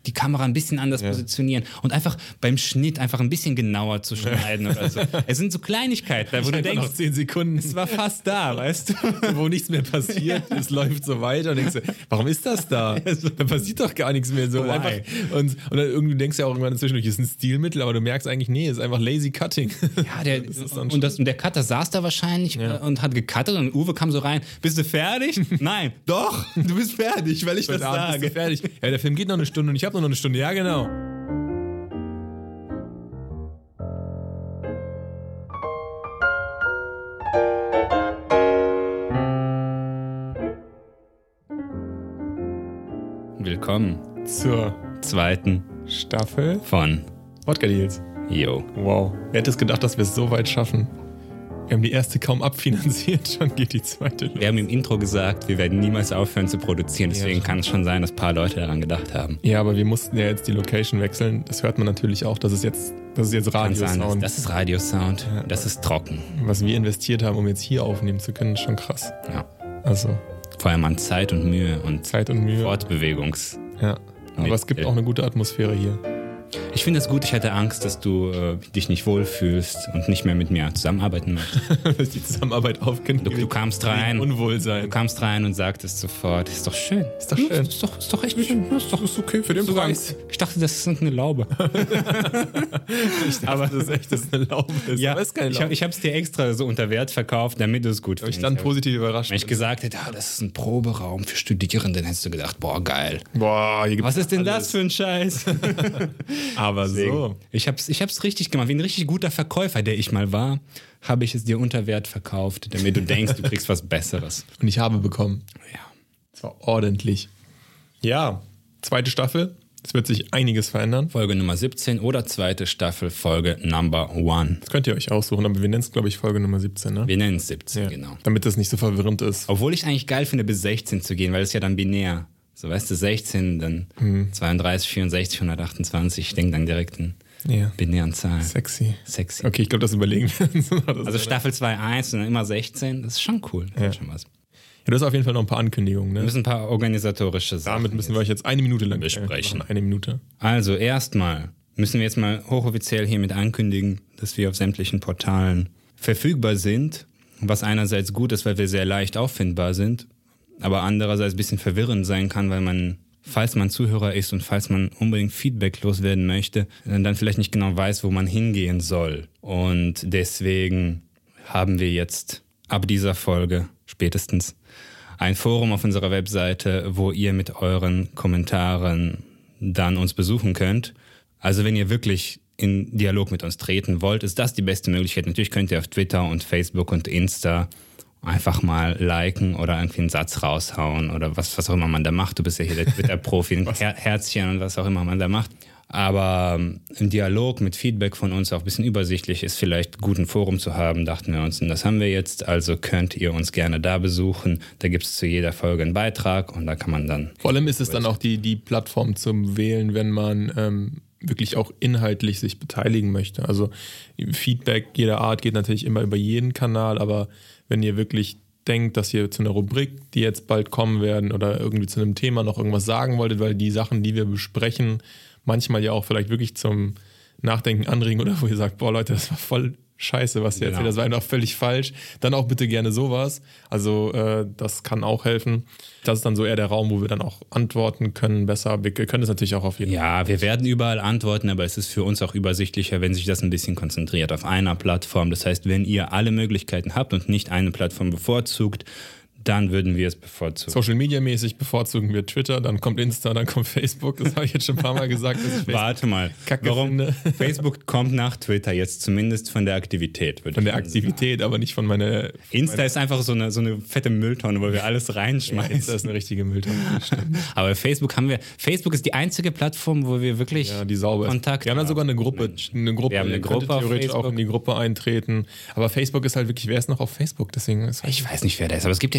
die Kamera ein bisschen anders positionieren und einfach beim Schnitt einfach ein bisschen genauer zu schneiden oder so. Es sind so Kleinigkeiten, wo du denkst, noch 10 Sekunden. es war fast da, weißt du? Wo nichts mehr passiert, es läuft so weiter und denkst du, warum ist das da? Da passiert doch gar nichts mehr so. Einfach, und dann irgendwie denkst du ja auch irgendwann zwischendurch, es ist ein Stilmittel, aber du merkst eigentlich, nee, es ist einfach lazy cutting. Ja, der Cutter saß da wahrscheinlich und hat gecuttet und Uwe kam so rein, bist du fertig? Nein, doch, du bist fertig, weil ich das sage. Bist du fertig? Ja, der Film geht noch eine Stunde und ich habe noch eine Stunde, ja genau. Willkommen zur zweiten Staffel von Wodka Deals. Yo. Wow. Wer hätte es gedacht, dass wir es so weit schaffen? Wir haben die erste kaum abfinanziert, schon geht die zweite los. Wir haben im Intro gesagt, wir werden niemals aufhören zu produzieren. Deswegen kann es schon sein, dass ein paar Leute daran gedacht haben. Ja, aber wir mussten ja jetzt die Location wechseln. Das hört man natürlich auch. Das ist jetzt Radiosound. Das ist Radiosound. Ja. Das ist trocken. Was wir investiert haben, um jetzt hier aufnehmen zu können, ist schon krass. Ja. Also. Vor allem an Zeit und Mühe. Fortbewegungs. Ja. Aber es gibt auch eine gute Atmosphäre hier. Ich finde es gut, ich hatte Angst, dass du dich nicht wohlfühlst und nicht mehr mit mir zusammenarbeiten möchtest. Dass die Zusammenarbeit aufgenommen Du kamst rein. Unwohlsein. Du kamst rein und sagtest sofort, ist doch schön. Ist doch schön. Ist doch echt schön. Ist okay für den Preis. Ich dachte, das ist eine Laube. Aber das ist eine Laube. Ja, ich habe es dir extra so unter Wert verkauft, damit du es gut findest. Ich dann positiv überrascht. Wenn ich gesagt hätte, das ist ein Proberaum für Studierende, dann hättest du gedacht, boah, geil. Boah, hier gibt's was ist denn das für ein Scheiß? Aber deswegen. So. Ich hab's richtig gemacht. Wie ein richtig guter Verkäufer, der ich mal war, habe ich es dir unter Wert verkauft, damit du denkst, du kriegst was Besseres. Und ich habe bekommen. Ja. Das war ordentlich. Ja, zweite Staffel. Es wird sich einiges verändern. Folge Nummer 17 oder zweite Staffel, Folge Number 1. Das könnt ihr euch aussuchen, aber wir nennen es, glaube ich, Folge Nummer 17, ne? Wir nennen es 17, ja. Genau. Damit das nicht so verwirrend ist. Obwohl ich eigentlich geil finde, bis 16 zu gehen, weil es ja dann binär. So, weißt du, 16, dann 32, 64, 128. Ich denke dann direkt in binären Zahlen. Sexy. Okay, ich glaube, das überlegen wir. Also Staffel 2, 1 und dann immer 16, das ist schon cool. Das ist schon was. Ja, du hast auf jeden Fall noch ein paar Ankündigungen, ne? Wir müssen ein paar organisatorische Sachen. Damit müssen wir euch jetzt eine Minute lang besprechen. Eine Minute. Also erstmal müssen wir jetzt mal hochoffiziell hiermit ankündigen, dass wir auf sämtlichen Portalen verfügbar sind, was einerseits gut ist, weil wir sehr leicht auffindbar sind, aber andererseits ein bisschen verwirrend sein kann, weil man, falls man Zuhörer ist und falls man unbedingt Feedback loswerden möchte, dann vielleicht nicht genau weiß, wo man hingehen soll. Und deswegen haben wir jetzt ab dieser Folge spätestens ein Forum auf unserer Webseite, wo ihr mit euren Kommentaren dann uns besuchen könnt. Also wenn ihr wirklich in Dialog mit uns treten wollt, ist das die beste Möglichkeit. Natürlich könnt ihr auf Twitter und Facebook und Insta einfach mal liken oder irgendwie einen Satz raushauen oder was auch immer man da macht. Du bist ja hier der Twitter-Profi, ein Herzchen und was auch immer man da macht. Aber ein Dialog mit Feedback von uns auch ein bisschen übersichtlich ist vielleicht gut, ein Forum zu haben, dachten wir uns. Und das haben wir jetzt, also könnt ihr uns gerne da besuchen. Da gibt es zu jeder Folge einen Beitrag und da kann man dann... Vor allem ist es dann auch die Plattform zum Wählen, wenn man wirklich auch inhaltlich sich beteiligen möchte. Also Feedback jeder Art geht natürlich immer über jeden Kanal, aber wenn ihr wirklich denkt, dass ihr zu einer Rubrik, die jetzt bald kommen werden oder irgendwie zu einem Thema noch irgendwas sagen wolltet, weil die Sachen, die wir besprechen, manchmal ja auch vielleicht wirklich zum Nachdenken anregen oder wo ihr sagt, boah Leute, das war voll scheiße, was ihr erzählt, das war einfach völlig falsch, dann auch bitte gerne sowas. Also das kann auch helfen. Das ist dann so eher der Raum, wo wir dann auch antworten können besser. Wir können das natürlich auch auf jeden Fall. Ja, wir werden überall antworten, aber es ist für uns auch übersichtlicher, wenn sich das ein bisschen konzentriert auf einer Plattform. Das heißt, wenn ihr alle Möglichkeiten habt und nicht eine Plattform bevorzugt, dann würden wir es bevorzugen. Social-Media-mäßig bevorzugen wir Twitter, dann kommt Insta, dann kommt Facebook. Das habe ich jetzt schon ein paar Mal gesagt. Dass ich Warte mal, warum? Facebook kommt nach Twitter jetzt, zumindest von der Aktivität. Von der Aktivität, aber nicht von meiner... Insta ist einfach so eine fette Mülltonne, wo wir alles reinschmeißen. Ja, Insta ist eine richtige Mülltonne. Aber Facebook ist die einzige Plattform, wo wir wirklich die sauber Kontakt haben. Wir haben dann sogar eine Gruppe. Wir haben eine Gruppe auf Facebook. Auch in die Gruppe eintreten. Aber Facebook ist halt wirklich, wer ist noch auf Facebook? Deswegen ich weiß nicht, wer da ist, aber es gibt ja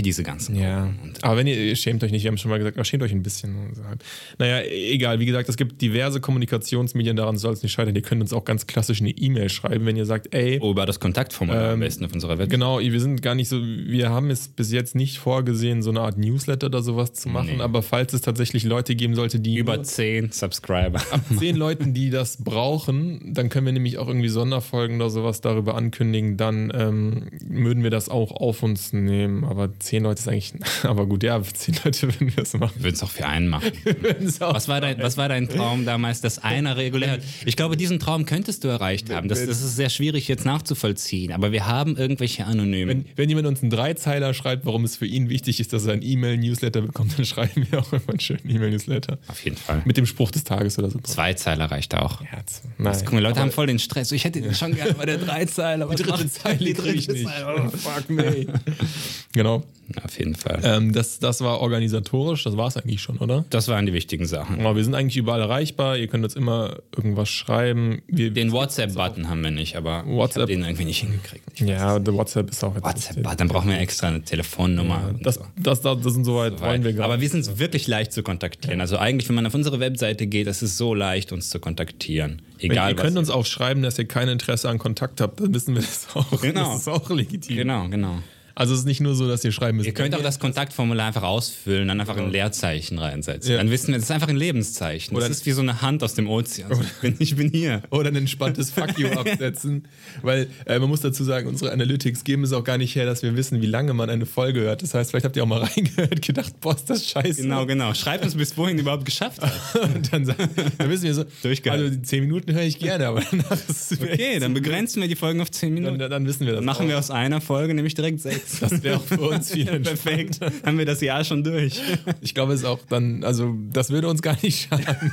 diese ganzen Ja, aber wenn ihr schämt euch nicht, wir haben schon mal gesagt, aber schämt euch ein bisschen. Naja, egal, wie gesagt, es gibt diverse Kommunikationsmedien, daran soll es nicht scheitern. Ihr könnt uns auch ganz klassisch eine E-Mail schreiben, wenn ihr sagt, ey... Über das Kontaktformular am besten auf unserer Website. Genau, wir sind gar nicht so, wir haben es bis jetzt nicht vorgesehen, so eine Art Newsletter oder sowas zu machen, aber falls es tatsächlich Leute geben sollte, die... Über 10 Subscriber. Ab 10 Leuten, die das brauchen, dann können wir nämlich auch irgendwie Sonderfolgen oder sowas darüber ankündigen, dann würden wir das auch auf uns nehmen, aber 10 Leute ist eigentlich, aber gut, ja, 10 Leute würden wir es machen. Wir würden es auch für einen machen. Was war dein Traum damals, dass einer regulär hat? Ich glaube, diesen Traum könntest du erreicht haben. Das ist sehr schwierig jetzt nachzuvollziehen, aber wir haben irgendwelche Anonymen. Wenn jemand uns einen Dreizeiler schreibt, warum es für ihn wichtig ist, dass er einen E-Mail-Newsletter bekommt, dann schreiben wir auch immer einen schönen E-Mail-Newsletter. Auf jeden Fall. Mit dem Spruch des Tages oder so. Zweizeiler reicht auch. Nein, guck mal, Leute haben voll den Stress. Ich hätte schon gerne bei der Dreizeiler. Die dritte Zeile kriege ich nicht. Oh, fuck me. Genau. Auf jeden Fall. Das war organisatorisch, das war es eigentlich schon, oder? Das waren die wichtigen Sachen. Aber wir sind eigentlich überall erreichbar, ihr könnt uns immer irgendwas schreiben. Den WhatsApp-Button haben wir nicht, aber ich habe den irgendwie nicht hingekriegt. Ja, der WhatsApp ist auch jetzt... WhatsApp-Button, dann brauchen wir extra eine Telefonnummer. Ja, das sind soweit, wollen wir gar nicht. Aber wir sind wirklich leicht zu kontaktieren. Ja. Also eigentlich, wenn man auf unsere Webseite geht, es ist so leicht, uns zu kontaktieren. Egal, ihr könnt uns auch schreiben, dass ihr kein Interesse an Kontakt habt, dann wissen wir das auch. Genau. Das ist auch legitim. Genau. Also es ist nicht nur so, dass ihr schreiben müsst. Ihr könnt auch das Kontaktformular einfach ausfüllen, dann einfach ein Leerzeichen reinsetzen. Ja. Dann wissen wir, das ist einfach ein Lebenszeichen. Das ist wie so eine Hand aus dem Ozean. Also ich bin hier. Oder ein entspanntes Fuck you absetzen. Weil man muss dazu sagen, unsere Analytics geben es auch gar nicht her, dass wir wissen, wie lange man eine Folge hört. Das heißt, vielleicht habt ihr auch mal reingehört, gedacht, boah, ist das scheiße. Genau. Schreibt uns, bis wohin überhaupt geschafft hat. Und dann wissen wir so, also die 10 Minuten höre ich gerne, aber danach ist es okay, dann begrenzen wir die Folgen auf 10 Minuten. Dann wissen wir das. Dann machen wir aus einer Folge nämlich direkt 6. Das wäre auch für uns viel perfekt. Haben wir das Jahr schon durch. Ich glaube, es ist auch dann, also das würde uns gar nicht schaden.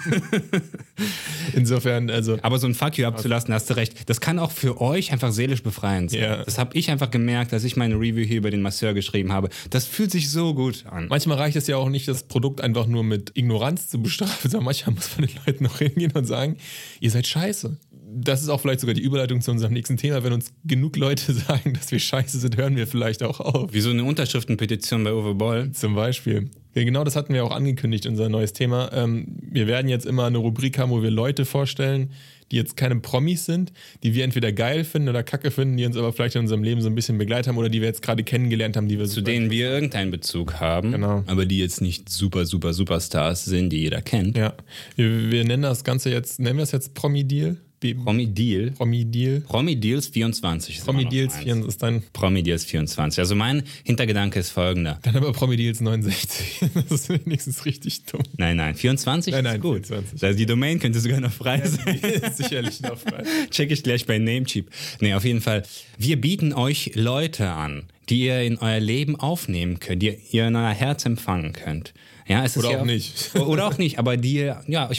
Insofern, also. Aber so ein Fuck you abzulassen, hast du recht. Das kann auch für euch einfach seelisch befreiend sein. Ja. Das habe ich einfach gemerkt, als ich meine Review hier über den Masseur geschrieben habe. Das fühlt sich so gut an. Manchmal reicht es ja auch nicht, das Produkt einfach nur mit Ignoranz zu bestrafen, sondern manchmal muss man den Leuten noch hingehen und sagen, ihr seid scheiße. Das ist auch vielleicht sogar die Überleitung zu unserem nächsten Thema. Wenn uns genug Leute sagen, dass wir scheiße sind, hören wir vielleicht auch auf. Wie so eine Unterschriftenpetition bei Uwe Boll. Zum Beispiel. Ja, genau, das hatten wir auch angekündigt, unser neues Thema. Wir werden jetzt immer eine Rubrik haben, wo wir Leute vorstellen, die jetzt keine Promis sind, die wir entweder geil finden oder kacke finden, die uns aber vielleicht in unserem Leben so ein bisschen begleitet haben oder die wir jetzt gerade kennengelernt haben, die wir zu denen wir irgendeinen Bezug haben, genau, aber die jetzt nicht Superstars sind, die jeder kennt. Ja, wir nennen das Ganze jetzt, nennen wir es jetzt Promi-Deal? Promi-Deal. Promi-Deals 24. Promi-Deals ist dein... Promi-Deals 24. Also mein Hintergedanke ist folgender. Dann aber Promi-Deals 69. Das ist wenigstens richtig dumm. Nein. 24 nein, ist gut. 24. Also die Domain könnte sogar noch frei sein. Die ist sicherlich noch frei. Check ich gleich bei Namecheap. Nee, auf jeden Fall. Wir bieten euch Leute an, die ihr in euer Leben aufnehmen könnt, die ihr in euer Herz empfangen könnt. Ja, es ist oder ja auch nicht. Oder auch nicht, aber die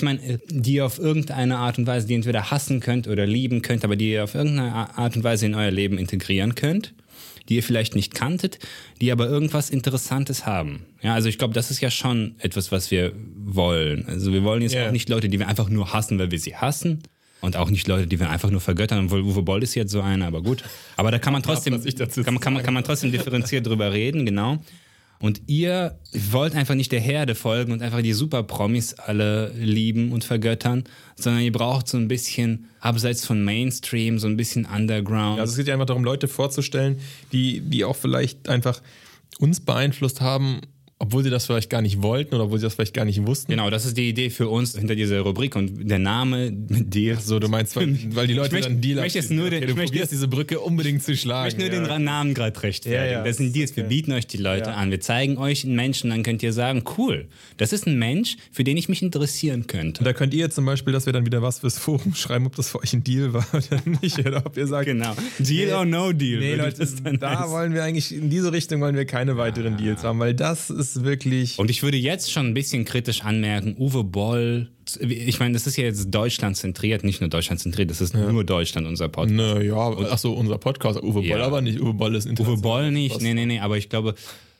ihr auf irgendeine Art und Weise, die ihr entweder hassen könnt oder lieben könnt, aber die ihr auf irgendeine Art und Weise in euer Leben integrieren könnt, die ihr vielleicht nicht kanntet, die aber irgendwas Interessantes haben. Ja, also ich glaube, das ist ja schon etwas, was wir wollen. Also wir wollen jetzt auch nicht Leute, die wir einfach nur hassen, weil wir sie hassen. Und auch nicht Leute, die wir einfach nur vergöttern. Obwohl Uwe Boll ist jetzt so einer, aber gut. Aber da kann man trotzdem, kann man trotzdem differenziert drüber reden, genau. Und ihr wollt einfach nicht der Herde folgen und einfach die Super-Promis alle lieben und vergöttern, sondern ihr braucht so ein bisschen abseits von Mainstream, so ein bisschen Underground. Ja, also es geht ja einfach darum, Leute vorzustellen, die auch vielleicht einfach uns beeinflusst haben, obwohl sie das vielleicht gar nicht wollten oder obwohl sie das vielleicht gar nicht wussten. Genau, das ist die Idee für uns hinter dieser Rubrik und der Name mit Deal. So, du meinst, weil die Leute dann Deal ich möchte diese Brücke unbedingt zu schlagen. Ich möchte nur den Namen gerade rechtfertigen. Ja, das sind Deals. Wir bieten euch die Leute an. Wir zeigen euch einen Menschen, dann könnt ihr sagen, cool, das ist ein Mensch, für den ich mich interessieren könnte. Und da könnt ihr jetzt zum Beispiel, dass wir dann wieder was fürs Forum schreiben, ob das für euch ein Deal war oder nicht. Oder ob ihr sagt, genau, Deal or no Deal. Nee, Leute, da wollen wir eigentlich, in diese Richtung wollen wir keine weiteren Deals haben, weil das ist wirklich... Und ich würde jetzt schon ein bisschen kritisch anmerken, Uwe Boll, ich meine, das ist ja jetzt Deutschland zentriert, nicht nur Deutschland zentriert, das ist nur Deutschland, unser Podcast. Achso, unser Podcast, Uwe Boll aber nicht, Uwe Boll ist international. Uwe Boll nicht, nee, aber ich glaube,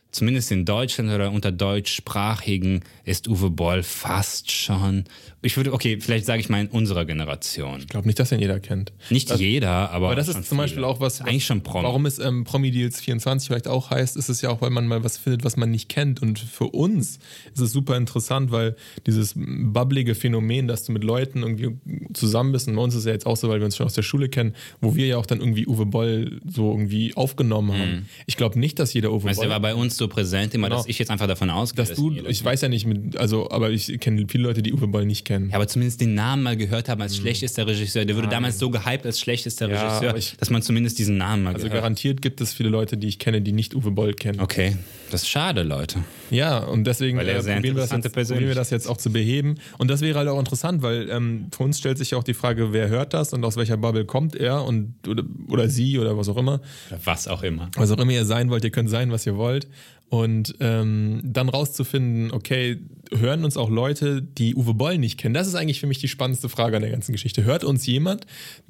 zumindest in Deutschland oder unter Deutschsprachigen ist Uwe Boll fast schon, vielleicht sage ich mal in unserer Generation. Ich glaube nicht, dass den jeder kennt. Nicht jeder, aber das ist zum Beispiel auch was eigentlich schon Promi. Warum es Promi-Deals 24 vielleicht auch heißt, ist es ja auch, weil man mal was findet, was man nicht kennt. Und für uns ist es super interessant, weil dieses bubblige Phänomen, dass du mit Leuten irgendwie zusammen bist, und bei uns ist es ja jetzt auch so, weil wir uns schon aus der Schule kennen, wo wir ja auch dann irgendwie Uwe Boll so irgendwie aufgenommen haben. Ich glaube nicht, dass jeder Uwe Boll... Der war bei uns so präsent immer, dass ich jetzt einfach davon ausgehe, ich weiß ja nicht, aber ich kenne viele Leute, die Uwe Boll nicht kennen. Ja, aber zumindest den Namen mal gehört haben als schlechtester Regisseur. Der wurde damals so gehypt als schlechtester Regisseur, dass man zumindest diesen Namen mal gehört hat. Also garantiert gibt es viele Leute, die ich kenne, die nicht Uwe Boll kennen. Okay, das ist schade, Leute. Ja, und deswegen probieren wir das jetzt auch zu beheben. Und das wäre halt auch interessant, weil für uns stellt sich ja auch die Frage, wer hört das und aus welcher Bubble kommt er oder sie oder was auch immer. Oder was auch immer. Was auch immer ihr sein wollt, ihr könnt sein, was ihr wollt. Und dann rauszufinden, okay, hören uns auch Leute, die Uwe Boll nicht kennen? Das ist eigentlich für mich die spannendste Frage an der ganzen Geschichte. Hört uns jemand,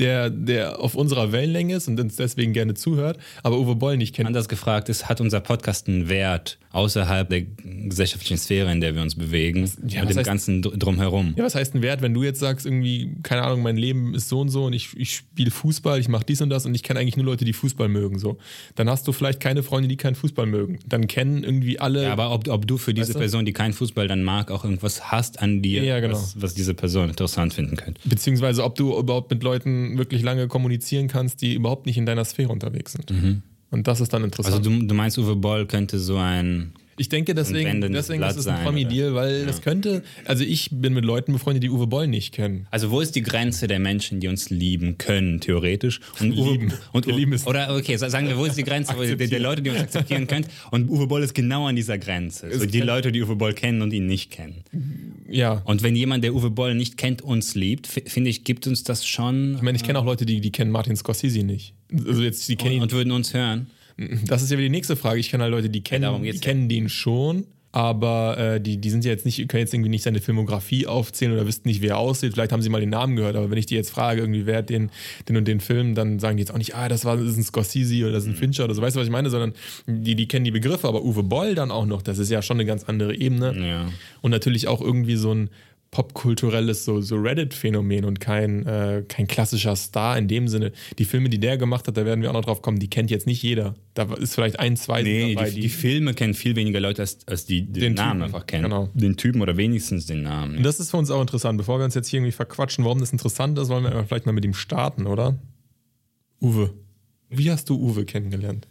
der auf unserer Wellenlänge ist und uns deswegen gerne zuhört, aber Uwe Boll nicht kennt? Anders gefragt ist, hat unser Podcast einen Wert außerhalb der gesellschaftlichen Sphäre, in der wir uns bewegen, mit dem Ganzen drumherum? Ja, was heißt ein Wert, wenn du jetzt sagst, irgendwie, keine Ahnung, mein Leben ist so und so und ich spiele Fußball, ich mache dies und das und ich kenne eigentlich nur Leute, die Fußball mögen. So. Dann hast du vielleicht keine Freunde, die keinen Fußball mögen. Dann kennen irgendwie alle... Ja, aber ob du für diese Person, die keinen Fußball dann mag, auch irgendwas hast an dir, ja, genau. was diese Person interessant finden könnte. Beziehungsweise ob du überhaupt mit Leuten wirklich lange kommunizieren kannst, die überhaupt nicht in deiner Sphäre unterwegs sind. Und das ist dann interessant. Also du meinst, Uwe Boll könnte so ein... Ich denke, deswegen ist es ein Promi-Deal, weil das könnte, also ich bin mit Leuten befreundet, die Uwe Boll nicht kennen. Also wo ist die Grenze der Menschen, die uns lieben können, theoretisch? Und lieben ist oder okay, sagen wir, wo ist die Grenze der Leute, die uns akzeptieren können? Und Uwe Boll ist genau an dieser Grenze. So die Leute, die Uwe Boll kennen und ihn nicht kennen. Ja. Und wenn jemand, der Uwe Boll nicht kennt, uns liebt, finde ich, gibt uns das schon... Ich meine, ich kenne auch Leute, die kennen Martin Scorsese nicht. Also jetzt, die kennen ihn und würden uns hören. Das ist ja wieder die nächste Frage. Ich kenne halt Leute, die kennen den schon, aber die sind ja jetzt nicht, können jetzt irgendwie nicht seine Filmografie aufzählen oder wissen nicht, wie er aussieht. Vielleicht haben sie mal den Namen gehört, aber wenn ich die jetzt frage, irgendwie, wer hat den und den Film, dann sagen die jetzt auch nicht, das ist ein Scorsese oder das ist ein Fincher oder so, weißt du, was ich meine? Sondern die kennen die Begriffe, aber Uwe Boll dann auch noch, das ist ja schon eine ganz andere Ebene. Ja. Und natürlich auch irgendwie so ein popkulturelles so Reddit-Phänomen und kein klassischer Star in dem Sinne. Die Filme, die der gemacht hat, da werden wir auch noch drauf kommen, die kennt jetzt nicht jeder. Da ist vielleicht ein, zwei dabei. Die Filme kennen viel weniger Leute, als die den Namen einfach kennen. Genau. Den Typen oder wenigstens den Namen. Und das ist für uns auch interessant. Bevor wir uns jetzt hier irgendwie verquatschen, warum das interessant ist, wollen wir vielleicht mal mit ihm starten, oder? Uwe. Wie hast du Uwe kennengelernt?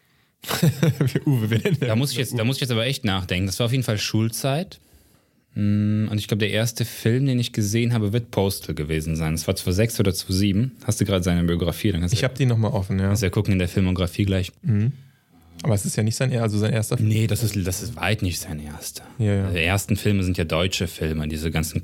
Uwe, wer denn? Da muss ich jetzt aber echt nachdenken. Das war auf jeden Fall Schulzeit. Und ich glaube, der erste Film, den ich gesehen habe, wird Postal gewesen sein. Das war 2006 oder 2007. Hast du gerade seine Biografie? Dann ich habe die nochmal offen, ja. Kannst ja gucken in der Filmografie gleich. Aber es ist ja nicht sein erster Film. Nee, das ist weit nicht sein erster. Ja. Also die ersten Filme sind ja deutsche Filme, diese ganzen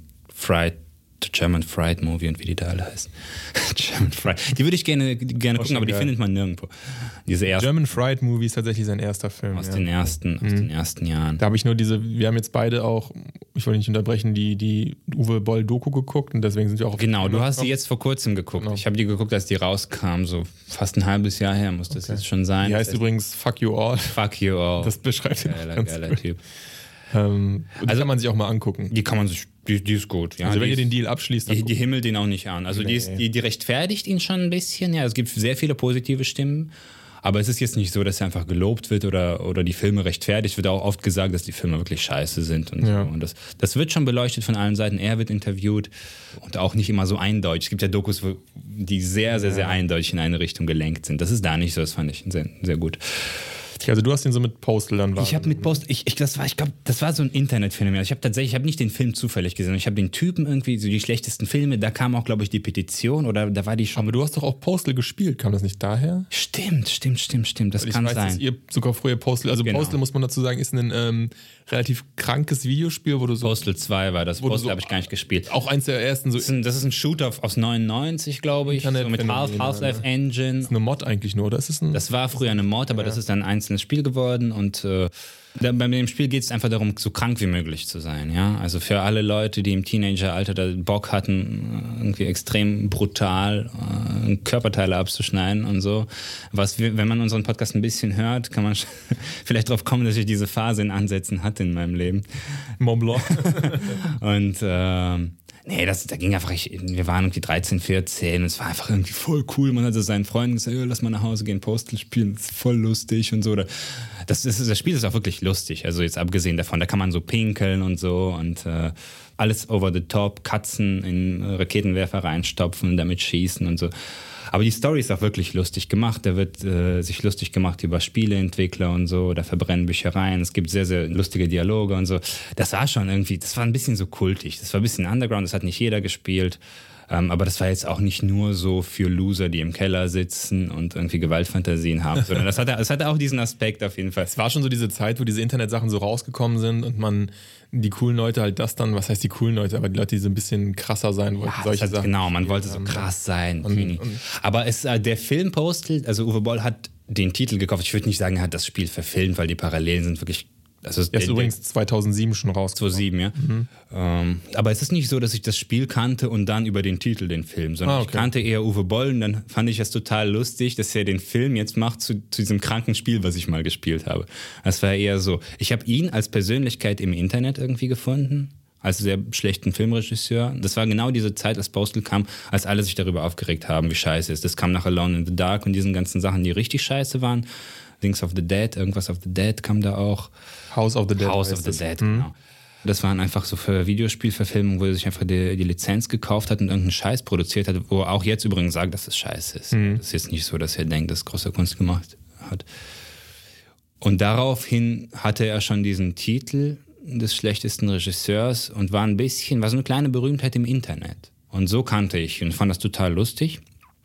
German Fried Movie und wie die da alle heißen. German Fried. Die würde ich gerne gucken, aber die findet man nirgendwo. Diese ersten German Fried Movie ist tatsächlich sein erster Film. Aus den ersten Jahren. Da habe ich nur wir haben jetzt beide auch, ich wollte nicht unterbrechen, die Uwe Boll Doku geguckt und deswegen sind wir auch auf Genau, du hast sie jetzt vor kurzem geguckt. Genau. Ich habe die geguckt, als die rauskam, so fast ein halbes Jahr her muss das jetzt schon sein. Die heißt übrigens Fuck You All. Fuck You All. Das beschreibt geiler Typ. Also kann man sich auch mal angucken. Die kann man sich, die ist gut. Ja, also wenn ihr den Deal abschließt, dann die himmelt den auch nicht an. Also die rechtfertigt ihn schon ein bisschen. Ja, es gibt sehr viele positive Stimmen. Aber es ist jetzt nicht so, dass er einfach gelobt wird oder die Filme rechtfertigt. Wird auch oft gesagt, dass die Filme wirklich scheiße sind. Und, so. Und das wird schon beleuchtet von allen Seiten. Er wird interviewt und auch nicht immer so eindeutig. Es gibt ja Dokus, die sehr, sehr, sehr eindeutig in eine Richtung gelenkt sind. Das ist da nicht so. Das fand ich sehr, sehr gut. Also du hast den so mit Postal dann Ich habe mit Postal, ich glaube, das war so ein Internetphänomen. Ich habe nicht den Film zufällig gesehen. Ich habe den Typen irgendwie, so die schlechtesten Filme, da kam auch, glaube ich, die Petition oder da war die schon. Aber du hast doch auch Postal gespielt, kam das nicht daher? Stimmt, das kann sein. Dass ihr sogar früher Postal, also genau. Postal muss man dazu sagen, ist ein relativ krankes Videospiel, wo du so... Postal 2 war das, Postal habe ich gar nicht gespielt. Auch eins der ersten so... Das ist ein Shooter aus 99, glaube ich, so mit Half-Life Engine. Das ist eine Mod eigentlich nur, oder ist es ein... Das war früher eine Mod, aber das ist dann eins einzelnes Spiel geworden und bei dem Spiel geht es einfach darum, so krank wie möglich zu sein. Ja? Also für alle Leute, die im Teenageralter da Bock hatten, irgendwie extrem brutal Körperteile abzuschneiden und so. Wenn man unseren Podcast ein bisschen hört, kann man vielleicht drauf kommen, dass ich diese Phase in Ansätzen hatte in meinem Leben. Mont Blanc. Und nee, da ging einfach, wir waren irgendwie 13, 14 und es war einfach irgendwie voll cool. Man hatte seinen Freunden gesagt, lass mal nach Hause gehen, Postal spielen, das ist voll lustig und so. Das Spiel ist auch wirklich lustig, also jetzt abgesehen davon, da kann man so pinkeln und so und alles over the top, Katzen in Raketenwerfer reinstopfen und damit schießen und so. Aber die Story ist auch wirklich lustig gemacht. Da wird sich lustig gemacht über Spieleentwickler und so. Da verbrennen Büchereien. Es gibt sehr, sehr lustige Dialoge und so. Das war schon irgendwie, das war ein bisschen so kultig. Das war ein bisschen Underground, das hat nicht jeder gespielt. Aber das war jetzt auch nicht nur so für Loser, die im Keller sitzen und irgendwie Gewaltfantasien haben, sondern das hatte auch diesen Aspekt auf jeden Fall. Es war schon so diese Zeit, wo diese Internetsachen so rausgekommen sind und die coolen Leute halt das dann, was heißt die coolen Leute, aber die Leute, die so ein bisschen krasser sein wollten, solche Sachen. Genau, man wollte so krass sein. Aber der Film Postal, also Uwe Boll hat den Titel gekauft. Ich würde nicht sagen, er hat das Spiel verfilmt, weil die Parallelen sind wirklich. Das ist übrigens 2007 schon rausgekommen. 2007, ja. Aber es ist nicht so, dass ich das Spiel kannte und dann über den Titel den Film, sondern ich kannte eher Uwe Boll und dann fand ich es total lustig, dass er den Film jetzt macht zu diesem kranken Spiel, was ich mal gespielt habe. Das war eher so, ich habe ihn als Persönlichkeit im Internet irgendwie gefunden, als sehr schlechten Filmregisseur. Das war genau diese Zeit, als Postal kam, als alle sich darüber aufgeregt haben, wie scheiße es ist. Das kam nach Alone in the Dark und diesen ganzen Sachen, die richtig scheiße waren. Things of the Dead, irgendwas of the Dead kam da auch. House of the Dead. House of the Dead, genau. Das waren einfach so für Videospielverfilmungen, wo er sich einfach die Lizenz gekauft hat und irgendeinen Scheiß produziert hat, wo er auch jetzt übrigens sagt, dass es scheiße ist. Das ist jetzt nicht so, dass er denkt, dass große Kunst gemacht hat. Und daraufhin hatte er schon diesen Titel des schlechtesten Regisseurs und war so eine kleine Berühmtheit im Internet. Und so kannte ich ihn und fand das total lustig.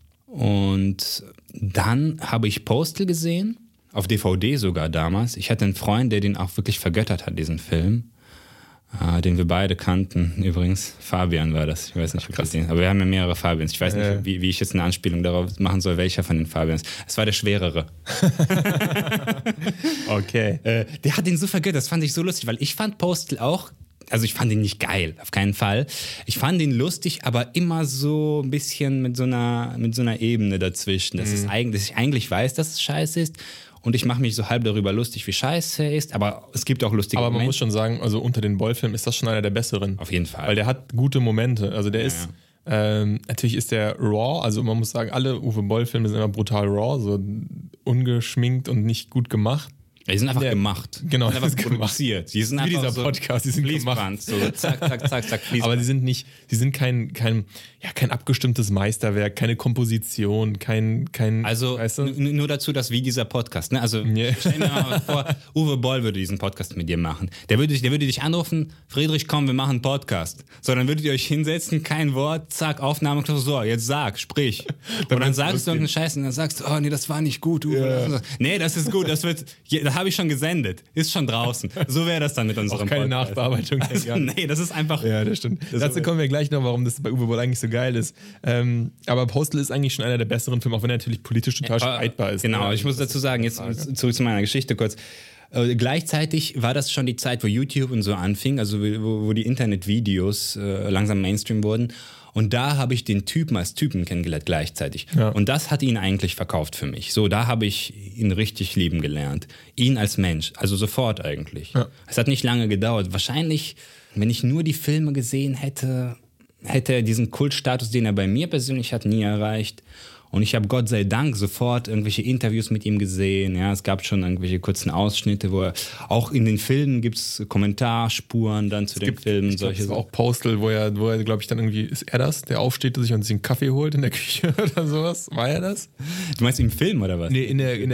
Und dann habe ich Postal gesehen, auf DVD sogar damals. Ich hatte einen Freund, der den auch wirklich vergöttert hat, diesen Film, den wir beide kannten. Übrigens, Fabian war das. Ich weiß nicht, ob den, aber wir haben ja mehrere Fabians. Ich weiß nicht, wie ich jetzt eine Anspielung darauf machen soll, welcher von den Fabians. Es war der schwerere. Okay. Der hat den so vergöttert, das fand ich so lustig, weil ich fand Postal auch, also ich fand ihn nicht geil, auf keinen Fall. Ich fand ihn lustig, aber immer so ein bisschen mit so einer Ebene dazwischen, dass ich eigentlich weiß, dass es scheiße ist. Und ich mache mich so halb darüber lustig, wie scheiße er ist, aber es gibt auch lustige Momente. Aber man muss schon sagen, also unter den Boll-Filmen ist das schon einer der besseren. Auf jeden Fall. Weil der hat gute Momente. Also der ist, natürlich ist der raw, also man muss sagen, alle Uwe Boll-Filme sind immer brutal raw, so ungeschminkt und nicht gut gemacht. Die sind einfach gemacht. Genau, die sind einfach produziert. Die sind wie einfach dieser Podcast, die sind Fließband, so zack, zack, zack, zack, Fließband. Aber die sind kein abgestimmtes Meisterwerk, keine Komposition, also weißt du? Nur dazu, dass wie dieser Podcast, ne? Also stell mir mal vor, Uwe Boll würde diesen Podcast mit dir machen. Der würde dich anrufen, Friedrich, komm, wir machen einen Podcast. So, dann würdet ihr euch hinsetzen, kein Wort, zack, Aufnahme, so, jetzt sprich. Und dann sagst du irgendeinen Scheiß und dann sagst du, oh nee, das war nicht gut, Uwe. Yeah. Nee, das ist gut, das habe ich schon gesendet, ist schon draußen. So wäre das dann mit unserem Podcast. Auch keine Nachbearbeitung. Also, nee, das ist einfach... Ja, das stimmt. Dazu kommen wir gleich noch, warum das bei Uwe Boll eigentlich so geil ist. Aber Postal ist eigentlich schon einer der besseren Filme, auch wenn er natürlich politisch total streitbar ist. Genau, ich muss dazu sagen, jetzt zurück zu meiner Geschichte kurz. Gleichzeitig war das schon die Zeit, wo YouTube und so anfing, also wo die Internetvideos langsam Mainstream wurden. Und da habe ich den Typen als Typen kennengelernt gleichzeitig. Ja. Und das hat ihn eigentlich verkauft für mich. So, da habe ich ihn richtig lieben gelernt. Ihn als Mensch, also sofort eigentlich. Ja. Es hat nicht lange gedauert. Wahrscheinlich, wenn ich nur die Filme gesehen hätte er diesen Kultstatus, den er bei mir persönlich hat, nie erreicht. Und ich habe Gott sei Dank sofort irgendwelche Interviews mit ihm gesehen. Ja, es gab schon irgendwelche kurzen Ausschnitte, wo er auch in den Filmen gibt es Kommentarspuren dann zu den Filmen. Solche Sachen. Auch Postal, wo er glaube ich, dann irgendwie, ist er das, der aufsteht und sich einen Kaffee holt in der Küche oder sowas? War er das? Du meinst im Film oder was? Nee,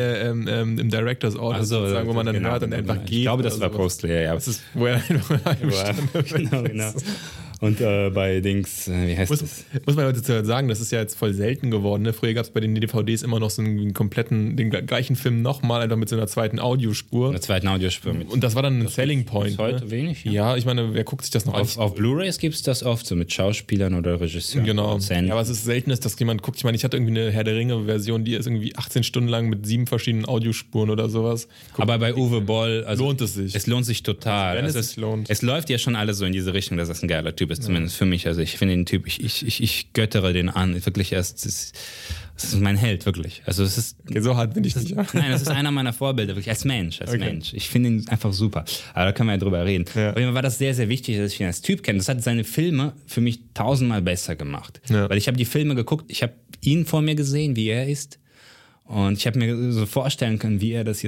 im Director's Order, wo man dann hört und einfach geht. Ich glaube, das war Postal, ja. Das ist, wo er einfach genau. Und bei Dings, wie heißt das? Muss man dazu sagen, das ist ja jetzt voll selten geworden. Ne? Früher gab es bei den DVDs immer noch so einen kompletten, den gleichen Film nochmal, einfach mit so einer zweiten Audiospur. Eine zweiten Audiospur mit. Und das war dann ein Selling Point. Ist heute wenig. Ja, ich meine, wer guckt sich das noch an? Auf Blu-rays gibt es das oft, so mit Schauspielern oder Regisseuren. Genau. Ja, aber es ist selten, dass jemand guckt. Ich meine, ich hatte irgendwie eine Herr der Ringe-Version, die ist irgendwie 18 Stunden lang mit 7 verschiedenen Audiospuren oder sowas. Aber bei Uwe Boll, also lohnt es sich. Es lohnt sich total. Also wenn es sich lohnt. Es läuft ja schon alles so in diese Richtung, dass das ein geiler Typ ist, zumindest für mich. Also ich finde den Typ, ich göttere den an. Wirklich erst, das ist mein Held, wirklich. Also es ist. Okay, so hart bin ich nicht. Nein, das ist einer meiner Vorbilder, wirklich als Mensch. Mensch. Ich finde ihn einfach super. Aber da können wir ja drüber reden. Ja. Auf jeden Fall war das sehr, sehr wichtig, dass ich ihn als Typ kenne. Das hat seine Filme für mich 1000-mal besser gemacht. Ja. Weil ich habe die Filme geguckt, ich habe ihn vor mir gesehen, wie er ist. Und ich habe mir so vorstellen können, wie er da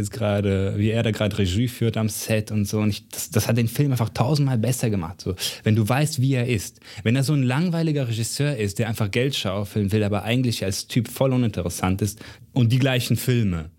gerade Regie führt am Set und so. Und das hat den Film einfach 1000-mal besser gemacht. So, wenn du weißt, wie er ist. Wenn er so ein langweiliger Regisseur ist, der einfach Geld schaufeln will, aber eigentlich als Typ voll uninteressant ist und die gleichen Filme,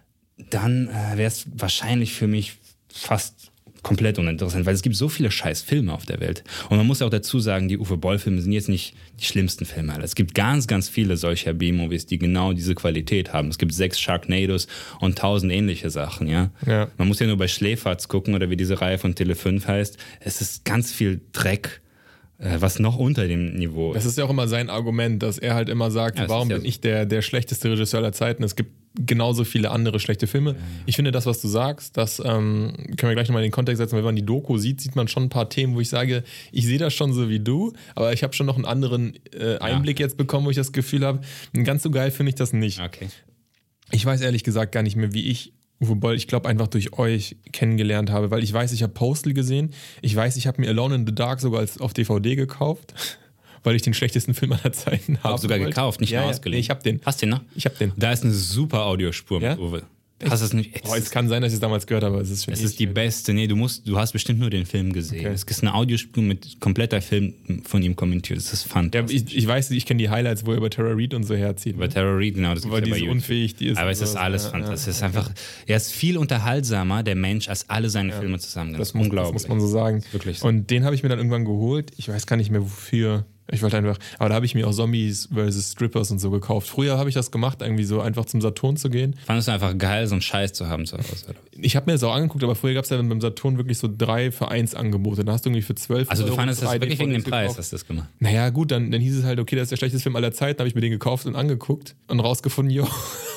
dann wäre es wahrscheinlich für mich fast komplett uninteressant, weil es gibt so viele scheiß Filme auf der Welt. Und man muss auch dazu sagen, die Uwe Boll-Filme sind jetzt nicht die schlimmsten Filme. Es gibt ganz, ganz viele solcher B-Movies, die genau diese Qualität haben. Es gibt 6 Sharknados und 1000 ähnliche Sachen, ja. Man muss ja nur bei Schläferz gucken oder wie diese Reihe von Tele 5 heißt. Es ist ganz viel Dreck, was noch unter dem Niveau ist. Das ist ja auch immer sein Argument, dass er halt immer sagt, ja, warum bin ich der schlechteste Regisseur aller Zeiten? Es gibt genauso viele andere schlechte Filme. Ja. Ich finde das, was du sagst, das können wir gleich nochmal in den Kontext setzen. Wenn man die Doku sieht man schon ein paar Themen, wo ich sage, ich sehe das schon so wie du, aber ich habe schon noch einen anderen Einblick jetzt bekommen, wo ich das Gefühl habe, ganz so geil finde ich das nicht. Okay. Ich weiß ehrlich gesagt gar nicht mehr, wie ich Uwe Boll, ich glaube, einfach durch euch kennengelernt habe, weil ich weiß, ich habe Postal gesehen, ich weiß, ich habe mir Alone in the Dark sogar auf DVD gekauft, weil ich den schlechtesten Film aller Zeiten habe. Sogar gekauft, nicht nur ausgeliehen. Nee, ich habe den. Hast du den noch? Ich habe den. Da ist eine super Audiospur mit Uwe. Hast du es nicht? Es kann sein, dass ich es damals gehört habe, aber es ist schon. Es ist die beste. Nee, du hast bestimmt nur den Film gesehen. Okay. Es ist eine Audiospur mit kompletter Film von ihm kommentiert. Das ist fantastisch. Ja, ich weiß, ich kenne die Highlights, wo er über Tara Reid und so herzieht. Über Tara Reid, genau. Das weil die ist unfähig, die ist. Aber es ist alles fantastisch. Es ist einfach, er ist viel unterhaltsamer, der Mensch, als alle seine Filme zusammen. Das ist unglaublich. Das muss man so sagen. Wirklich so. Und den habe ich mir dann irgendwann geholt. Ich weiß gar nicht mehr wofür. Ich wollte einfach, aber da habe ich mir auch Zombies vs. Strippers und so gekauft. Früher habe ich das gemacht, irgendwie so einfach zum Saturn zu gehen. Fandest du einfach geil, so einen Scheiß zu haben zu Hause? Oder? Ich habe mir das auch angeguckt, aber früher gab es ja beim Saturn wirklich so 3 für 1 Angebote. Da hast du irgendwie für 12 Also du fandest das wirklich wegen dem Preis, gekauft. Hast du das gemacht? Naja gut, dann hieß es halt, okay, das ist der schlechteste Film aller Zeiten. Dann habe ich mir den gekauft und angeguckt und rausgefunden, jo.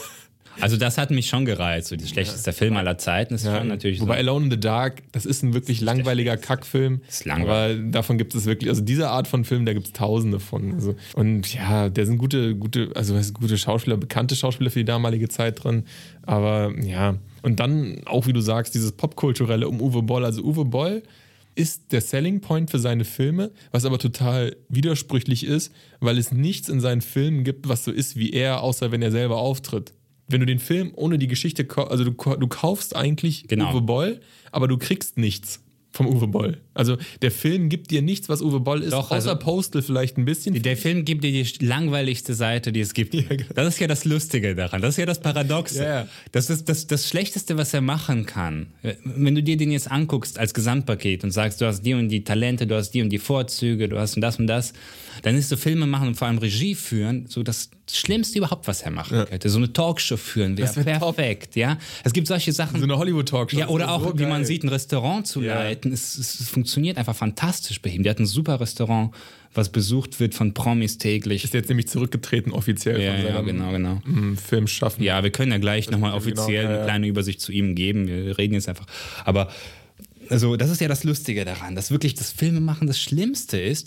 Also das hat mich schon gereizt, so der schlechteste Film aller Zeiten ist schon natürlich. Wobei so. Alone in the Dark, das ist ein wirklich langweiliger Kackfilm. Das ist langweilig. Aber davon gibt es wirklich, also diese Art von Film, da gibt es tausende von. Also, und ja, da sind gute Schauspieler, bekannte Schauspieler für die damalige Zeit drin. Aber ja, und dann auch, wie du sagst, dieses Popkulturelle um Uwe Boll. Also Uwe Boll ist der Selling Point für seine Filme, was aber total widersprüchlich ist, weil es nichts in seinen Filmen gibt, was so ist wie er, außer wenn er selber auftritt. Wenn du den Film ohne die Geschichte, also du kaufst eigentlich Uwe Boll, aber du kriegst nichts vom Uwe Boll. Also der Film gibt dir nichts, was Uwe Boll ist, Doch, außer Postal vielleicht ein bisschen. Der Film gibt dir die langweiligste Seite, die es gibt. Ja, genau. Das ist ja das Lustige daran. Das ist ja das Paradoxe. Ja. Das ist das Schlechteste, was er machen kann. Wenn du dir den jetzt anguckst als Gesamtpaket und sagst, du hast die und die Talente, du hast die und die Vorzüge, du hast und das, dann ist so Filme machen und vor allem Regie führen so das Schlimmste überhaupt, was er machen könnte. So eine Talkshow führen wäre perfekt. Ja? Es gibt solche Sachen. So eine Hollywood-Talkshow. Ja, oder auch, so wie man sieht, ein Restaurant zu leiten. Es funktioniert einfach fantastisch bei ihm. Der hat ein super Restaurant, was besucht wird von Promis täglich. Ist jetzt nämlich zurückgetreten offiziell von seinem genau. Filmschaffen. Ja, wir können ja gleich nochmal offiziell eine kleine Übersicht zu ihm geben. Wir reden jetzt einfach. Aber also, das ist ja das Lustige daran, dass wirklich das Filmemachen das Schlimmste ist.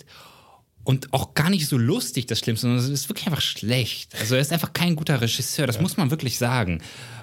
Und auch gar nicht so lustig, das Schlimmste, sondern es ist wirklich einfach schlecht. Also er ist einfach kein guter Regisseur, das muss man wirklich sagen.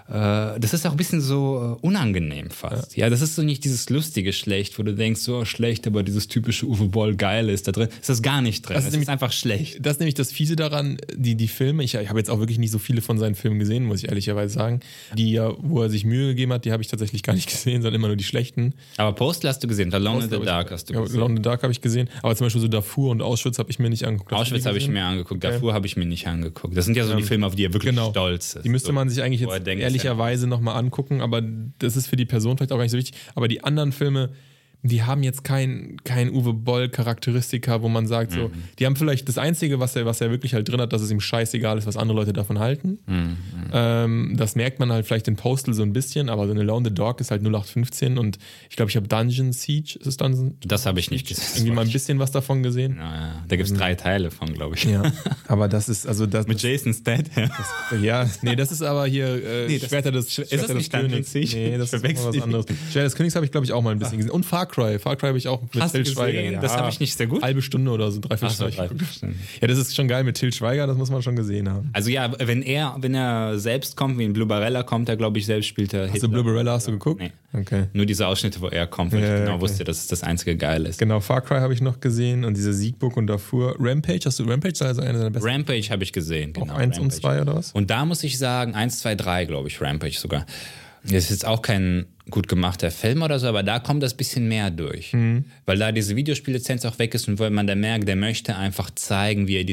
Das ist auch ein bisschen so unangenehm fast. Ja, das ist so nicht dieses lustige Schlecht, wo du denkst, so schlecht, aber dieses typische Uwe Boll Geile ist da drin. Ist das gar nicht drin. Das ist einfach schlecht. Das ist nämlich das Fiese daran, die Filme, ich habe jetzt auch wirklich nicht so viele von seinen Filmen gesehen, muss ich ehrlicherweise sagen. Die, wo er sich Mühe gegeben hat, die habe ich tatsächlich gar nicht gesehen, sondern immer nur die schlechten. Aber Postal hast du gesehen, Alone in the Dark hast du gesehen. Alone in the Dark habe ich gesehen, aber zum Beispiel so Darfur und Auschwitz habe ich mir nicht angeguckt. Auschwitz habe ich mir angeguckt, Darfur habe ich mir nicht angeguckt. Das sind ja so die Filme, auf die er wirklich stolz ist. Die müsste man sich eigentlich jetzt ehrlicherweise nochmal angucken, aber das ist für die Person vielleicht auch gar nicht so wichtig. Aber die anderen Filme, die haben jetzt kein Uwe Boll-Charakteristika, wo man sagt, so, die haben vielleicht das Einzige, was er wirklich halt drin hat, dass es ihm scheißegal ist, was andere Leute davon halten. Das merkt man halt vielleicht in Postal so ein bisschen, aber so eine Alone in the Dark ist halt 0815 und ich glaube, ich habe Dungeon Siege, ist es Dungeon? Das habe ich nicht gesehen. Irgendwie mal ein bisschen was davon gesehen. Ja. Da gibt es 3 Teile von, glaube ich. Ja, aber das ist, also das... Mit Jason Statham. Ja, nee, das ist aber hier Schwerter des Königs. Nee, das ist was anderes. Schwerter des Königs habe ich, glaube ich, auch mal ein bisschen gesehen. Und Far Cry habe ich auch mit Til Schweiger. Ja. Das habe ich nicht sehr gut. Halbe Stunde oder so, 3 Stunden. Ja, das ist schon geil mit Til Schweiger, das muss man schon gesehen haben. Also ja, wenn er selbst kommt, wie in Blue Barella kommt, er glaube ich selbst spielt er. Hast du Blue Barella, hast du geguckt? Nee. Okay. Nur diese Ausschnitte, wo er kommt, weil ich genau wusste, dass es das einzige Geile ist. Genau, Far Cry habe ich noch gesehen und diese Siegburg und Darfur. Rampage, hast du Rampage? Also eine seiner besten. Rampage habe ich gesehen, genau. Auch 1 und 2 oder was? Und da muss ich sagen, 1, 2, 3 glaube ich, Rampage sogar. Das ist jetzt auch kein gut gemachter Film oder so, aber da kommt das bisschen mehr durch. Weil da diese Videospiellizenz auch weg ist und weil man da merkt, der möchte einfach zeigen, wie er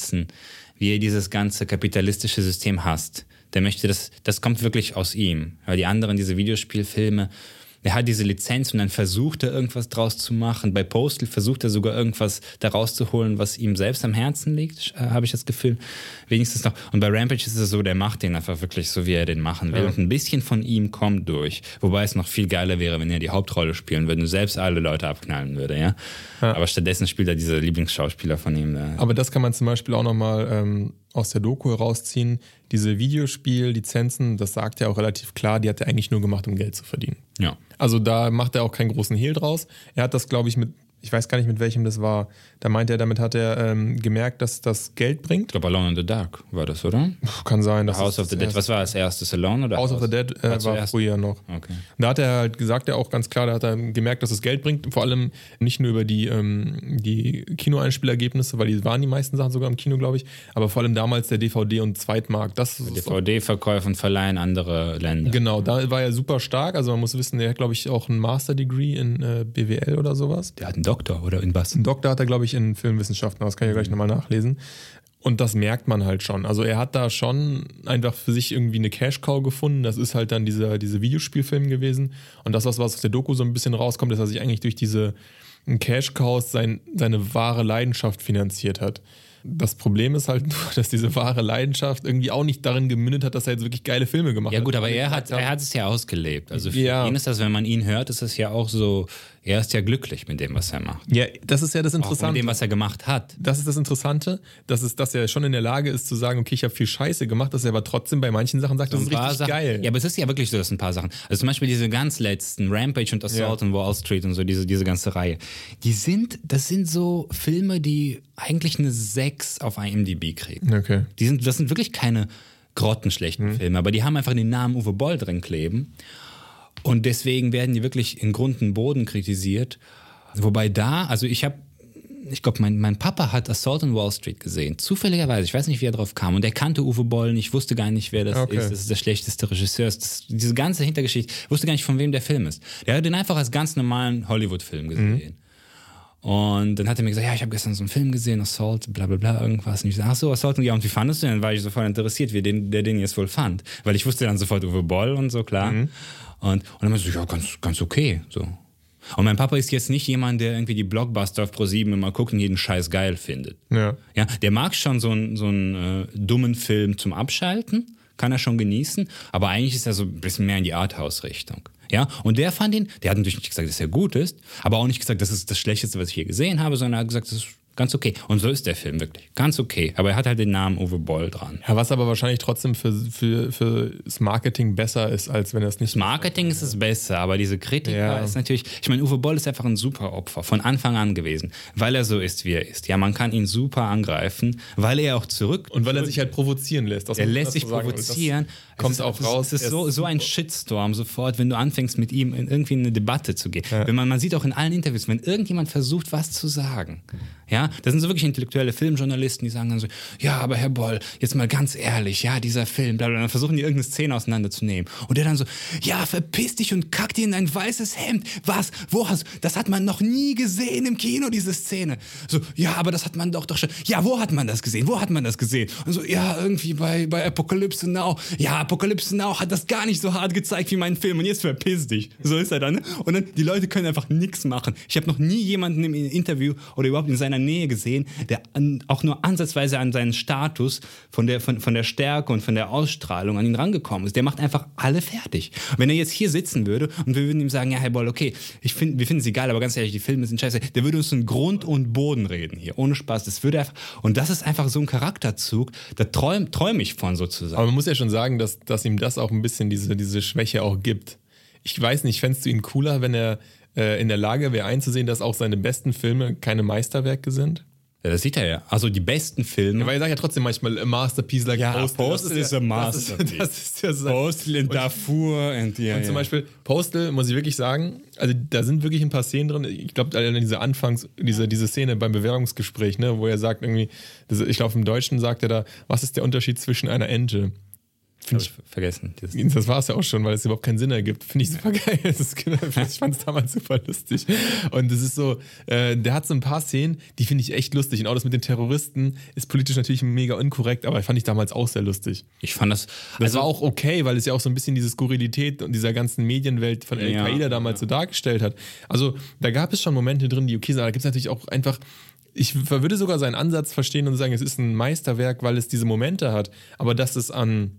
dieses ganze kapitalistische System hasst. Der möchte, das kommt wirklich aus ihm. Weil die anderen, diese Videospielfilme, er hat diese Lizenz und dann versucht er irgendwas draus zu machen. Bei Postal versucht er sogar irgendwas daraus zu holen, was ihm selbst am Herzen liegt, habe ich das Gefühl. Wenigstens noch. Und bei Rampage ist es so, der macht den einfach wirklich so, wie er den machen will. Ja. Und ein bisschen von ihm kommt durch. Wobei es noch viel geiler wäre, wenn er die Hauptrolle spielen würde und selbst alle Leute abknallen würde. Ja? Aber stattdessen spielt er diese Lieblingsschauspieler von ihm. Aber das kann man zum Beispiel auch nochmal aus der Doku herausziehen. Diese Videospiellizenzen, das sagt er auch relativ klar, die hat er eigentlich nur gemacht, um Geld zu verdienen. Ja. Also da macht er auch keinen großen Hehl draus. Er hat das, glaube ich, ich weiß gar nicht, mit welchem das war. Da meinte er, damit hat er gemerkt, dass das Geld bringt. Ich glaube, Alone in the Dark war das, oder? Kann sein. House of the Dead. Was war das erstes? Alone oder House of the Dead war früher noch. Okay. Da hat er halt gesagt, auch ganz klar, da hat er gemerkt, dass es Geld bringt. Vor allem nicht nur über die Kinoeinspielergebnisse, weil die waren die meisten Sachen sogar im Kino, glaube ich. Aber vor allem damals der DVD- und Zweitmarkt. DVD-Verkäufe und Verleihen andere Länder. Genau, da war er super stark. Also man muss wissen, der hat, glaube ich, auch ein Master-Degree in BWL oder sowas. Der hat einen Doktor, oder in was? Einen Doktor hat er, glaube ich, in Filmwissenschaften, das kann ich ja gleich nochmal nachlesen. Und das merkt man halt schon. Also er hat da schon einfach für sich irgendwie eine Cash-Cow gefunden. Das ist halt dann diese Videospielfilm gewesen. Und das, was aus der Doku so ein bisschen rauskommt, ist, dass er sich eigentlich durch diese Cash-Cows seine wahre Leidenschaft finanziert hat. Das Problem ist halt nur, dass diese wahre Leidenschaft irgendwie auch nicht darin gemündet hat, dass er jetzt wirklich geile Filme gemacht hat. Ja gut, aber er hat es ja ausgelebt. Also für ihn ist das, wenn man ihn hört, ist das ja auch so, er ist ja glücklich mit dem, was er macht. Ja, das ist ja das Interessante. Auch mit dem, was er gemacht hat. Das ist das Interessante, dass er schon in der Lage ist zu sagen, okay, ich habe viel Scheiße gemacht, dass er aber trotzdem bei manchen Sachen sagt, das ist richtig geil. Ja, aber es ist ja wirklich so, dass ein paar Sachen, also zum Beispiel diese ganz letzten, Rampage und Assault on Wall Street und so, diese ganze Reihe, das sind so Filme, die eigentlich eine 6 auf IMDb kriegen. Okay. Das sind wirklich keine grottenschlechten Filme, aber die haben einfach den Namen Uwe Boll drin kleben. Und deswegen werden die wirklich in Grund und Boden kritisiert. Wobei ich glaube, mein Papa hat Assault on Wall Street gesehen. Zufälligerweise. Ich weiß nicht, wie er drauf kam. Und er kannte Uwe Boll nicht, wusste gar nicht, wer das ist. Das ist der schlechteste Regisseur. Diese ganze Hintergeschichte, wusste gar nicht, von wem der Film ist. Der hat den einfach als ganz normalen Hollywood-Film gesehen. Und dann hat er mir gesagt, ja, ich habe gestern so einen Film gesehen, Assault, bla bla bla, irgendwas. Und ich sage, ach so, Assault, ja, und wie fandest du den? Dann war ich sofort interessiert, wie der den jetzt wohl fand. Weil ich wusste dann sofort Uwe Boll und so, klar. Und dann meinte ich, ja, ganz okay, so. Und mein Papa ist jetzt nicht jemand, der irgendwie die Blockbuster auf Pro7 immer guckt und jeden Scheiß geil findet. Ja, der mag schon so einen dummen Film zum Abschalten, kann er schon genießen, aber eigentlich ist er so ein bisschen mehr in die Arthouse-Richtung. Ja, und der fand ihn, der hat natürlich nicht gesagt, dass er gut ist, aber auch nicht gesagt, das ist das Schlechteste, was ich hier gesehen habe, sondern er hat gesagt, das ist ganz okay. Und so ist der Film wirklich. Ganz okay. Aber er hat halt den Namen Uwe Boll dran. Ja, was aber wahrscheinlich trotzdem für das Marketing besser ist, als wenn er es nicht... Das Marketing ist es besser, aber diese Kritiker ist natürlich... Ich meine, Uwe Boll ist einfach ein super Opfer, von Anfang an gewesen, weil er so ist, wie er ist. Ja, man kann ihn super angreifen, weil er auch Und weil er sich halt provozieren lässt. Er lässt sich provozieren. Kommt auch raus. Es ist so ein Shitstorm sofort, wenn du anfängst, mit ihm irgendwie in eine Debatte zu gehen. Ja. Man sieht auch in allen Interviews, wenn irgendjemand versucht, was zu sagen, ja, Ja, das sind so wirklich intellektuelle Filmjournalisten, die sagen dann so, ja, aber Herr Boll, jetzt mal ganz ehrlich, ja, dieser Film, bla, bla, dann versuchen die irgendeine Szene auseinanderzunehmen. Und der dann so, ja, verpiss dich und kack dir in dein weißes Hemd. Was? Wo hast du? Das hat man noch nie gesehen im Kino, diese Szene. So, ja, aber das hat man doch schon. Ja, wo hat man das gesehen? Wo hat man das gesehen? Und so, ja, irgendwie bei Apocalypse Now. Ja, Apocalypse Now hat das gar nicht so hart gezeigt wie mein Film und jetzt verpiss dich. So ist er dann. Und dann, die Leute können einfach nichts machen. Ich habe noch nie jemanden im Interview oder überhaupt in seiner Nähe gesehen, der auch nur ansatzweise an seinen Status von der Stärke und von der Ausstrahlung an ihn rangekommen ist. Der macht einfach alle fertig. Wenn er jetzt hier sitzen würde und wir würden ihm sagen, ja, Herr Boll, okay, wir finden sie geil, aber ganz ehrlich, die Filme sind scheiße, der würde uns in Grund und Boden reden hier, ohne Spaß. Das würde einfach, und das ist einfach so ein Charakterzug, da träum ich von sozusagen. Aber man muss ja schon sagen, dass ihm das auch ein bisschen diese Schwäche auch gibt. Ich weiß nicht, fändest du ihn cooler, wenn er in der Lage wäre einzusehen, dass auch seine besten Filme keine Meisterwerke sind? Ja, das sieht er ja. Also die besten Filme. Ja, weil er sagt ja trotzdem manchmal, a masterpiece like ja, Postal. Postal ist a masterpiece. Das ist ja so. Postal in Darfur. Und zum Beispiel Postal, muss ich wirklich sagen, also da sind wirklich ein paar Szenen drin. Ich glaube, diese Szene beim Bewerbungsgespräch, ne, wo er sagt irgendwie, ich glaube im Deutschen sagt er da, was ist der Unterschied zwischen einer Ente? Habe ich vergessen. Das war es ja auch schon, weil es überhaupt keinen Sinn ergibt. Finde ich super geil. Ich fand es damals super lustig. Und das ist so, der hat so ein paar Szenen, die finde ich echt lustig. Und auch das mit den Terroristen ist politisch natürlich mega unkorrekt, aber fand ich damals auch sehr lustig. Ich fand das... Das war auch okay, weil es ja auch so ein bisschen diese Skurrilität und dieser ganzen Medienwelt von Al-Qaida damals so dargestellt hat. Also da gab es schon Momente drin, die okay sind, aber da gibt es natürlich auch einfach... Ich würde sogar seinen Ansatz verstehen und sagen, es ist ein Meisterwerk, weil es diese Momente hat. Aber dass es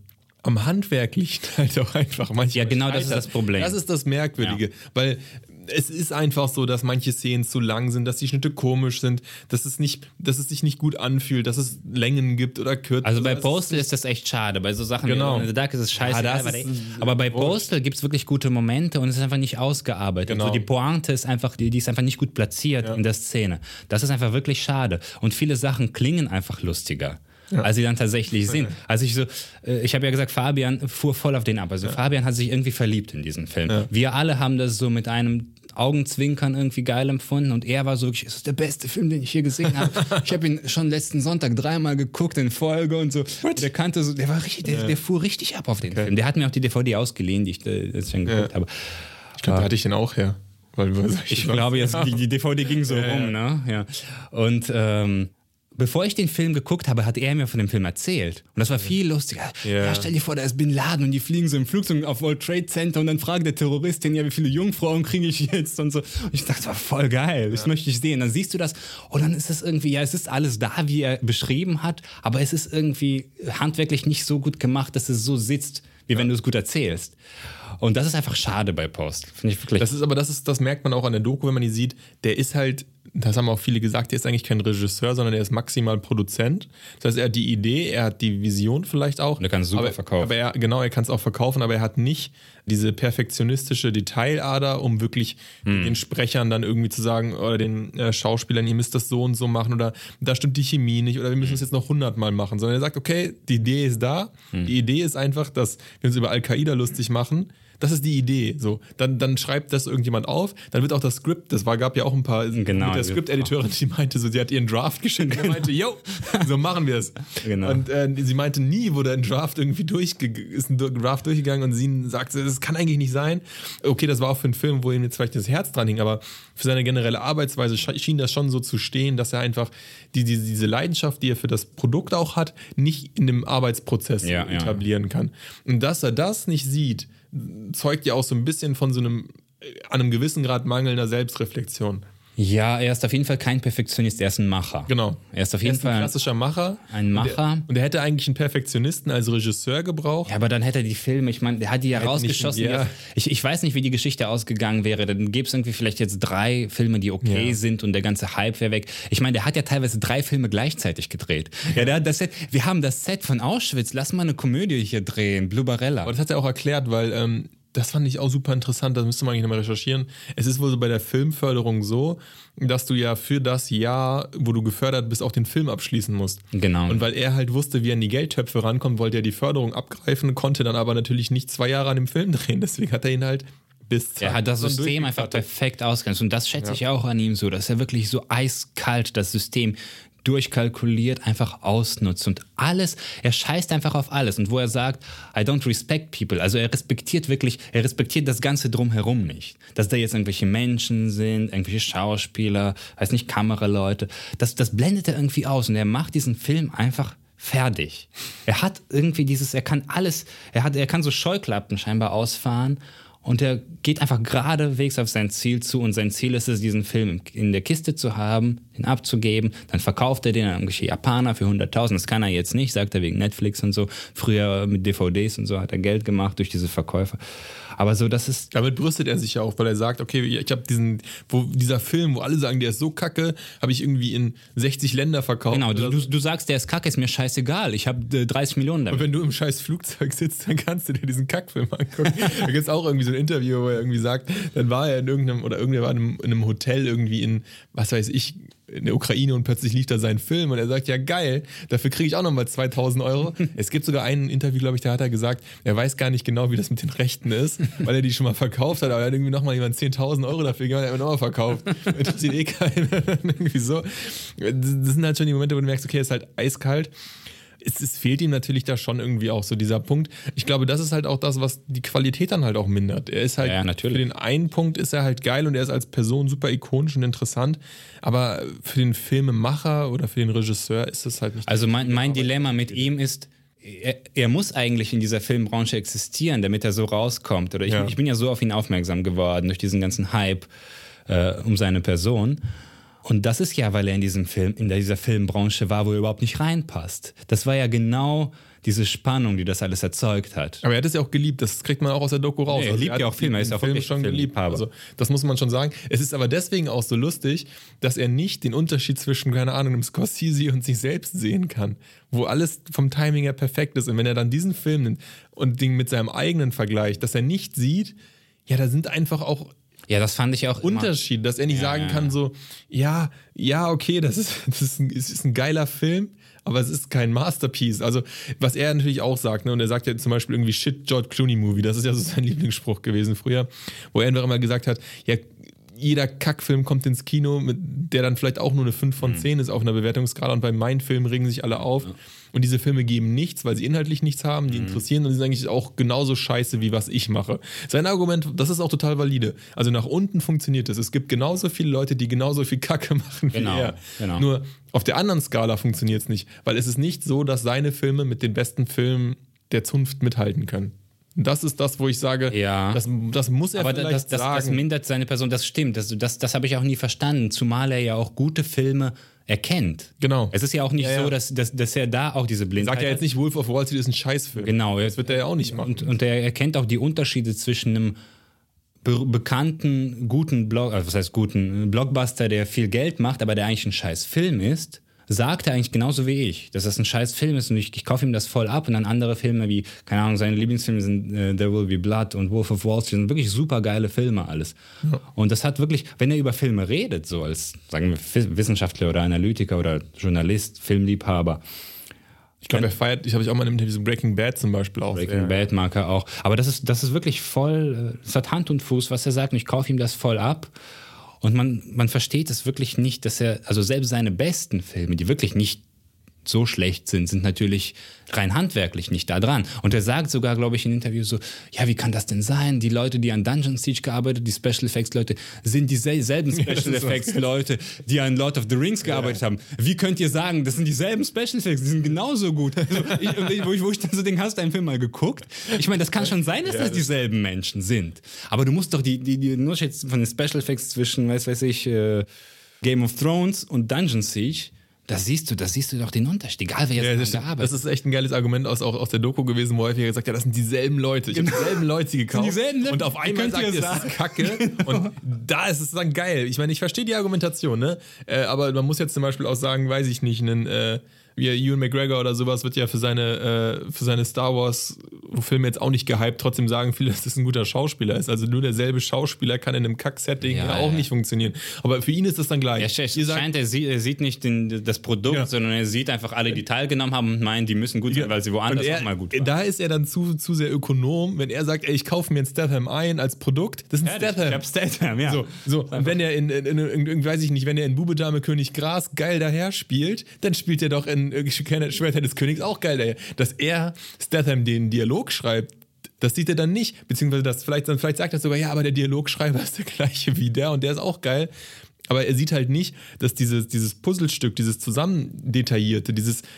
am Handwerk liegt halt auch einfach manchmal. Ja, genau, das ist das Problem. Das ist das Merkwürdige, weil es ist einfach so, dass manche Szenen zu lang sind, dass die Schnitte komisch sind, dass es sich nicht gut anfühlt, dass es Längen gibt oder kürzer. Also bei Postal ist das echt schade. Bei so Sachen wie in The Dark ist es scheiße. Aber bei Postal gibt es wirklich gute Momente und es ist einfach nicht ausgearbeitet. Genau. Also die Pointe ist einfach, die ist einfach nicht gut platziert in der Szene. Das ist einfach wirklich schade. Und viele Sachen klingen einfach lustiger. Ja. Als sie dann tatsächlich sind. Also ich habe ja gesagt, Fabian fuhr voll auf den ab. Also Fabian hat sich irgendwie verliebt in diesen Film. Ja. Wir alle haben das so mit einem Augenzwinkern irgendwie geil empfunden und er war so wirklich, das ist der beste Film, den ich hier gesehen habe. Ich habe ihn schon letzten Sonntag 3-mal geguckt in Folge und so. Der kannte so, der war richtig, der fuhr richtig ab auf den Film. Der hat mir auch die DVD ausgeliehen, die ich dann geguckt habe. Ich glaube, da hatte ich den auch her. Ich glaube jetzt, die DVD ging so rum, ne? Ja. Und bevor ich den Film geguckt habe, hat er mir von dem Film erzählt. Und das war viel lustiger. Ja, stell dir vor, da ist Bin Laden und die fliegen so im Flugzeug auf World Trade Center und dann fragt der Terroristin, ja, wie viele Jungfrauen kriege ich jetzt und so. Und ich dachte, das war voll geil, das möchte ich sehen. Dann siehst du das und dann ist es irgendwie, ja, es ist alles da, wie er beschrieben hat, aber es ist irgendwie handwerklich nicht so gut gemacht, dass es so sitzt, wie wenn du es gut erzählst. Und das ist einfach schade bei Post, finde ich wirklich. Das merkt man auch an der Doku, wenn man die sieht. Der ist halt, das haben auch viele gesagt, der ist eigentlich kein Regisseur, sondern der ist maximal Produzent. Das heißt, er hat die Idee, er hat die Vision vielleicht auch. Und er kann es super verkaufen. Aber er kann es auch verkaufen, aber er hat nicht diese perfektionistische Detailader, um wirklich den Sprechern dann irgendwie zu sagen, oder den Schauspielern, ihr müsst das so und so machen oder da stimmt die Chemie nicht oder wir müssen es jetzt noch 100-mal machen. Sondern er sagt, okay, die Idee ist da. Die Idee ist einfach, dass wir uns über Al-Qaida lustig machen. Das ist die Idee. So, dann schreibt das irgendjemand auf, dann wird auch das Skript, gab ja auch ein paar, mit der Skripteditorin, die meinte so, sie hat ihren Draft geschickt und er meinte, yo, so machen wir es. Genau. Und sie meinte, nie wurde ein Draft irgendwie durchgegangen und sie sagte, das kann eigentlich nicht sein. Okay, das war auch für einen Film, wo ihm jetzt vielleicht das Herz dran hing, aber für seine generelle Arbeitsweise schien das schon so zu stehen, dass er einfach diese Leidenschaft, die er für das Produkt auch hat, nicht in dem Arbeitsprozess etablieren kann. Und dass er das nicht sieht, zeugt ja auch so ein bisschen von so an einem gewissen Grad mangelnder Selbstreflexion. Ja, er ist auf jeden Fall kein Perfektionist, er ist ein Macher. Genau. Er ist auf jeden Fall ein klassischer Macher. Ein Macher. Und er hätte eigentlich einen Perfektionisten als Regisseur gebraucht. Ja, aber dann hätte er die Filme, ich meine, der hat die ja rausgeschossen. Ich weiß nicht, wie die Geschichte ausgegangen wäre. Dann gäbe es irgendwie vielleicht jetzt 3 Filme, die okay sind und der ganze Hype wäre weg. Ich meine, der hat ja teilweise 3 Filme gleichzeitig gedreht. Ja, wir haben das Set von Auschwitz, lass mal eine Komödie hier drehen, Blubarella. Aber das hat er auch erklärt, weil das fand ich auch super interessant, das müsste man eigentlich nochmal recherchieren. Es ist wohl so bei der Filmförderung so, dass du ja für das Jahr, wo du gefördert bist, auch den Film abschließen musst. Genau. Und weil er halt wusste, wie er an die Geldtöpfe rankommt, wollte er die Förderung abgreifen, konnte dann aber natürlich nicht 2 Jahre an dem Film drehen. Deswegen hat er ihn halt Biss. Er hat das System einfach perfekt ausgenutzt. Und das schätze ich auch an ihm so, dass er wirklich so eiskalt das System durchkalkuliert einfach ausnutzt und alles, er scheißt einfach auf alles und wo er sagt, I don't respect people, also er respektiert das Ganze drumherum nicht, dass da jetzt irgendwelche Menschen sind, irgendwelche Schauspieler, weiß nicht, Kameraleute, das blendet er irgendwie aus und er macht diesen Film einfach fertig. Er hat irgendwie er kann so Scheuklappen scheinbar ausfahren und er geht einfach geradewegs auf sein Ziel zu und sein Ziel ist es, diesen Film in der Kiste zu haben, den abzugeben, dann verkauft er den an irgendwelche Japaner für 100.000, das kann er jetzt nicht, sagt er wegen Netflix und so, früher mit DVDs und so hat er Geld gemacht durch diese Verkäufer. Aber so, das ist... Damit brüstet er sich ja auch, weil er sagt, okay, ich habe dieser Film, wo alle sagen, der ist so kacke, habe ich irgendwie in 60 Länder verkauft. Genau, du sagst, der ist kacke, ist mir scheißegal, ich habe 30 Millionen damit. Und wenn du im scheiß Flugzeug sitzt, dann kannst du dir diesen Kackfilm angucken. Da gibt es auch irgendwie so ein Interview, wo er irgendwie sagt, dann war er in irgendeinem in einem Hotel irgendwie in, was weiß ich, in der Ukraine und plötzlich lief da sein Film und er sagt, ja geil, dafür kriege ich auch nochmal 2.000 Euro. Es gibt sogar ein Interview, glaube ich, da hat er gesagt, er weiß gar nicht genau, wie das mit den Rechten ist, weil er die schon mal verkauft hat, aber er hat irgendwie nochmal jemand 10.000 Euro dafür gegeben, hat er nochmal verkauft. Interessiert eh keinen. Irgendwie so. Das sind halt schon die Momente, wo du merkst, okay, es ist halt eiskalt. Es fehlt ihm natürlich da schon irgendwie auch so dieser Punkt. Ich glaube, das ist halt auch das, was die Qualität dann halt auch mindert. Er ist halt, für den einen Punkt ist er halt geil und er ist als Person super ikonisch und interessant, aber für den Filmemacher oder für den Regisseur ist es halt nicht. Also mein Dilemma mit ihm ist, er muss eigentlich in dieser Filmbranche existieren, damit er so rauskommt. Oder ich bin ja so auf ihn aufmerksam geworden durch diesen ganzen Hype um seine Person. Und das ist ja, weil er in dieser Filmbranche war, wo er überhaupt nicht reinpasst. Das war ja genau diese Spannung, die das alles erzeugt hat. Aber er hat es ja auch geliebt, das kriegt man auch aus der Doku raus. Er liebt ja auch Filme, er ist auch Film schon geliebt. Also das muss man schon sagen. Es ist aber deswegen auch so lustig, dass er nicht den Unterschied zwischen, keine Ahnung, einem Scorsese und sich selbst sehen kann, wo alles vom Timing her perfekt ist. Und wenn er dann diesen Film nimmt und den mit seinem eigenen vergleicht, dass er nicht sieht, ja, da sind einfach auch das fand ich auch Unterschied, dass er nicht sagen kann so, okay, das ist ein geiler Film, aber es ist kein Masterpiece. Also, was er natürlich auch sagt, ne, und er sagt ja zum Beispiel irgendwie Shit George Clooney Movie, das ist ja so sein Lieblingsspruch gewesen früher, wo er einfach immer gesagt hat, ja, jeder Kackfilm kommt ins Kino, der dann vielleicht auch nur eine 5 von 10 ist auf einer Bewertungsskala und bei meinen Filmen regen sich alle auf. Ja. Und diese Filme geben nichts, weil sie inhaltlich nichts haben, die interessieren und die sind eigentlich auch genauso scheiße, wie was ich mache. Sein Argument, das ist auch total valide. Also nach unten funktioniert es. Es gibt genauso viele Leute, die genauso viel Kacke machen wie er. Genau. Nur auf der anderen Skala funktioniert es nicht, weil es ist nicht so, dass seine Filme mit den besten Filmen der Zunft mithalten können. Das ist das, wo ich sage, das muss er vielleicht sagen. Das mindert seine Person, das stimmt. Das habe ich auch nie verstanden, zumal er ja auch gute Filme erkennt. Genau. Es ist ja auch nicht so, dass er da auch diese Blindheit sagt ja jetzt nicht, Wolf of Wall Street ist ein Scheißfilm. Genau. Das wird er ja auch nicht machen. Und er erkennt auch die Unterschiede zwischen einem bekannten, guten Blockbuster, der viel Geld macht, aber der eigentlich ein Scheißfilm ist, sagt er eigentlich genauso wie ich, dass das ein scheiß Film ist und ich kaufe ihm das voll ab und dann andere Filme wie, keine Ahnung, seine Lieblingsfilme sind There Will Be Blood und Wolf of Wall Street, sind wirklich super geile Filme alles. Ja. Und das hat wirklich, wenn er über Filme redet, so als, sagen wir, Wissenschaftler oder Analytiker oder Journalist, Filmliebhaber. Ich glaube, er feiert, ich habe auch mal in diesem Breaking Bad zum Beispiel auch. Breaking Bad mag er auch. Aber das ist wirklich voll, es hat Hand und Fuß, was er sagt und ich kaufe ihm das voll ab. Und man versteht es wirklich nicht, dass also selbst seine besten Filme, die wirklich nicht so schlecht sind natürlich rein handwerklich nicht da dran. Und er sagt sogar, glaube ich, in Interviews so, ja, wie kann das denn sein? Die Leute, die an Dungeon Siege gearbeitet, die Special Effects Leute, sind dieselben Special Effects Leute, die an Lord of the Rings gearbeitet haben. Wie könnt ihr sagen, das sind dieselben Special Effects, die sind genauso gut. Also wo ich dann so denke, hast du einen Film mal geguckt? Ich meine, das kann schon sein, dass das dieselben Menschen sind. Aber du musst doch die Unterschiede von den Special Effects zwischen, Game of Thrones und Dungeon Siege, da siehst du doch den Unterschied, egal wer jetzt gearbeitet. Das ist echt ein geiles Argument auch aus der Doku gewesen, wo er gesagt hat, das sind dieselben Leute. Ich habe dieselben Leute gekauft. Und auf einmal sagt ihr, das ist Kacke. Und da ist es dann geil. Ich meine, ich verstehe die Argumentation, ne? Aber man muss jetzt zum Beispiel auch sagen, weiß ich nicht, wie Ewan McGregor oder sowas wird ja für seine Star Wars Filme jetzt auch nicht gehypt, trotzdem sagen viele, dass das ein guter Schauspieler ist. Also nur derselbe Schauspieler kann in einem Kack-Setting auch nicht funktionieren. Aber für ihn ist das dann gleich. Er sieht nicht das Produkt, sondern er sieht einfach alle, die teilgenommen haben und meinen, die müssen gut sein, weil sie woanders auch mal gut waren. Da ist er dann zu sehr ökonom, wenn er sagt, ey, ich kaufe mir ein Statham ein als Produkt. Das ist ein Statham. Ich hab Statham, ja. So. Und wenn er weiß ich nicht, wenn er in Bube, Dame, König, Gras geil daher spielt, dann spielt er doch in Schwerter des Königs auch geil daher. Dass er Statham den Dialog schreibt, das sieht er dann nicht. Beziehungsweise vielleicht sagt er sogar, ja, aber der Dialogschreiber ist der gleiche wie der und der ist auch geil. Aber er sieht halt nicht, dass dieses Puzzlestück, dieses Zusammendetaillierte,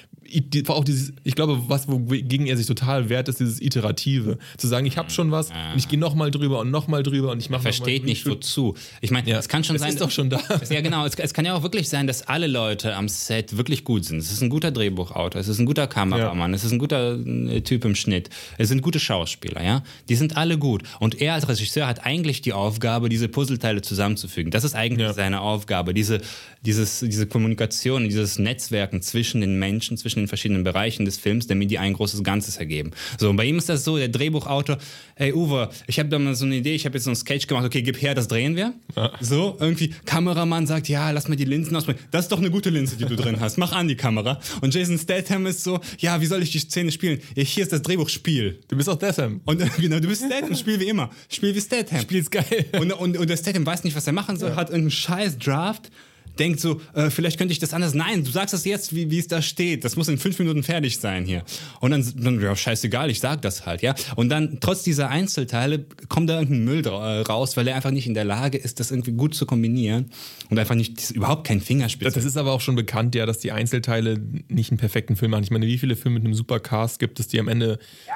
ich glaube, wogegen er sich total wehrt, ist dieses Iterative. Zu sagen, ich habe schon was und ich gehe nochmal drüber und ich mache versteht nicht, wozu. Ich meine, es kann schon sein. Es ist doch schon da. Ja, genau. Es kann ja auch wirklich sein, dass alle Leute am Set wirklich gut sind. Es ist ein guter Drehbuchautor, es ist ein guter Kameramann, es ist ein guter Typ im Schnitt, es sind gute Schauspieler, ja. Die sind alle gut. Und er als Regisseur hat eigentlich die Aufgabe, diese Puzzleteile zusammenzufügen. Das ist eigentlich seine Aufgabe, diese Kommunikation, dieses Netzwerken zwischen den Menschen, zwischen den verschiedenen Bereichen des Films, damit die ein großes Ganzes ergeben. So, und bei ihm ist das so, der Drehbuchautor, ey Uwe, ich habe da mal so eine Idee, ich habe jetzt so einen Sketch gemacht, okay, gib her, das drehen wir. Ja. So, irgendwie, Kameramann sagt, ja, lass mal die Linsen ausbringen. Das ist doch eine gute Linse, die du drin hast. Mach an die Kamera. Und Jason Statham ist so, ja, wie soll ich die Szene spielen? Ja, hier ist das Drehbuch, Spiel. Du bist auch Statham. Und genau, du bist Statham, spiel wie immer. Spiel wie Statham. Spiel's geil. Und der Statham weiß nicht, was er machen soll, hat irgendeinen scheiß Draft, denkt so, vielleicht könnte ich das anders. Nein, du sagst das jetzt, wie es da steht. Das muss in 5 Minuten fertig sein hier. Und dann ja, scheißegal, ich sag das halt, ja. Und dann, trotz dieser Einzelteile, kommt da irgendein Müll raus, weil er einfach nicht in der Lage ist, das irgendwie gut zu kombinieren und einfach nicht, überhaupt kein Fingerspitze. Das ist aber auch schon bekannt, ja, dass die Einzelteile nicht einen perfekten Film machen. Ich meine, wie viele Filme mit einem Supercast gibt es, die am Ende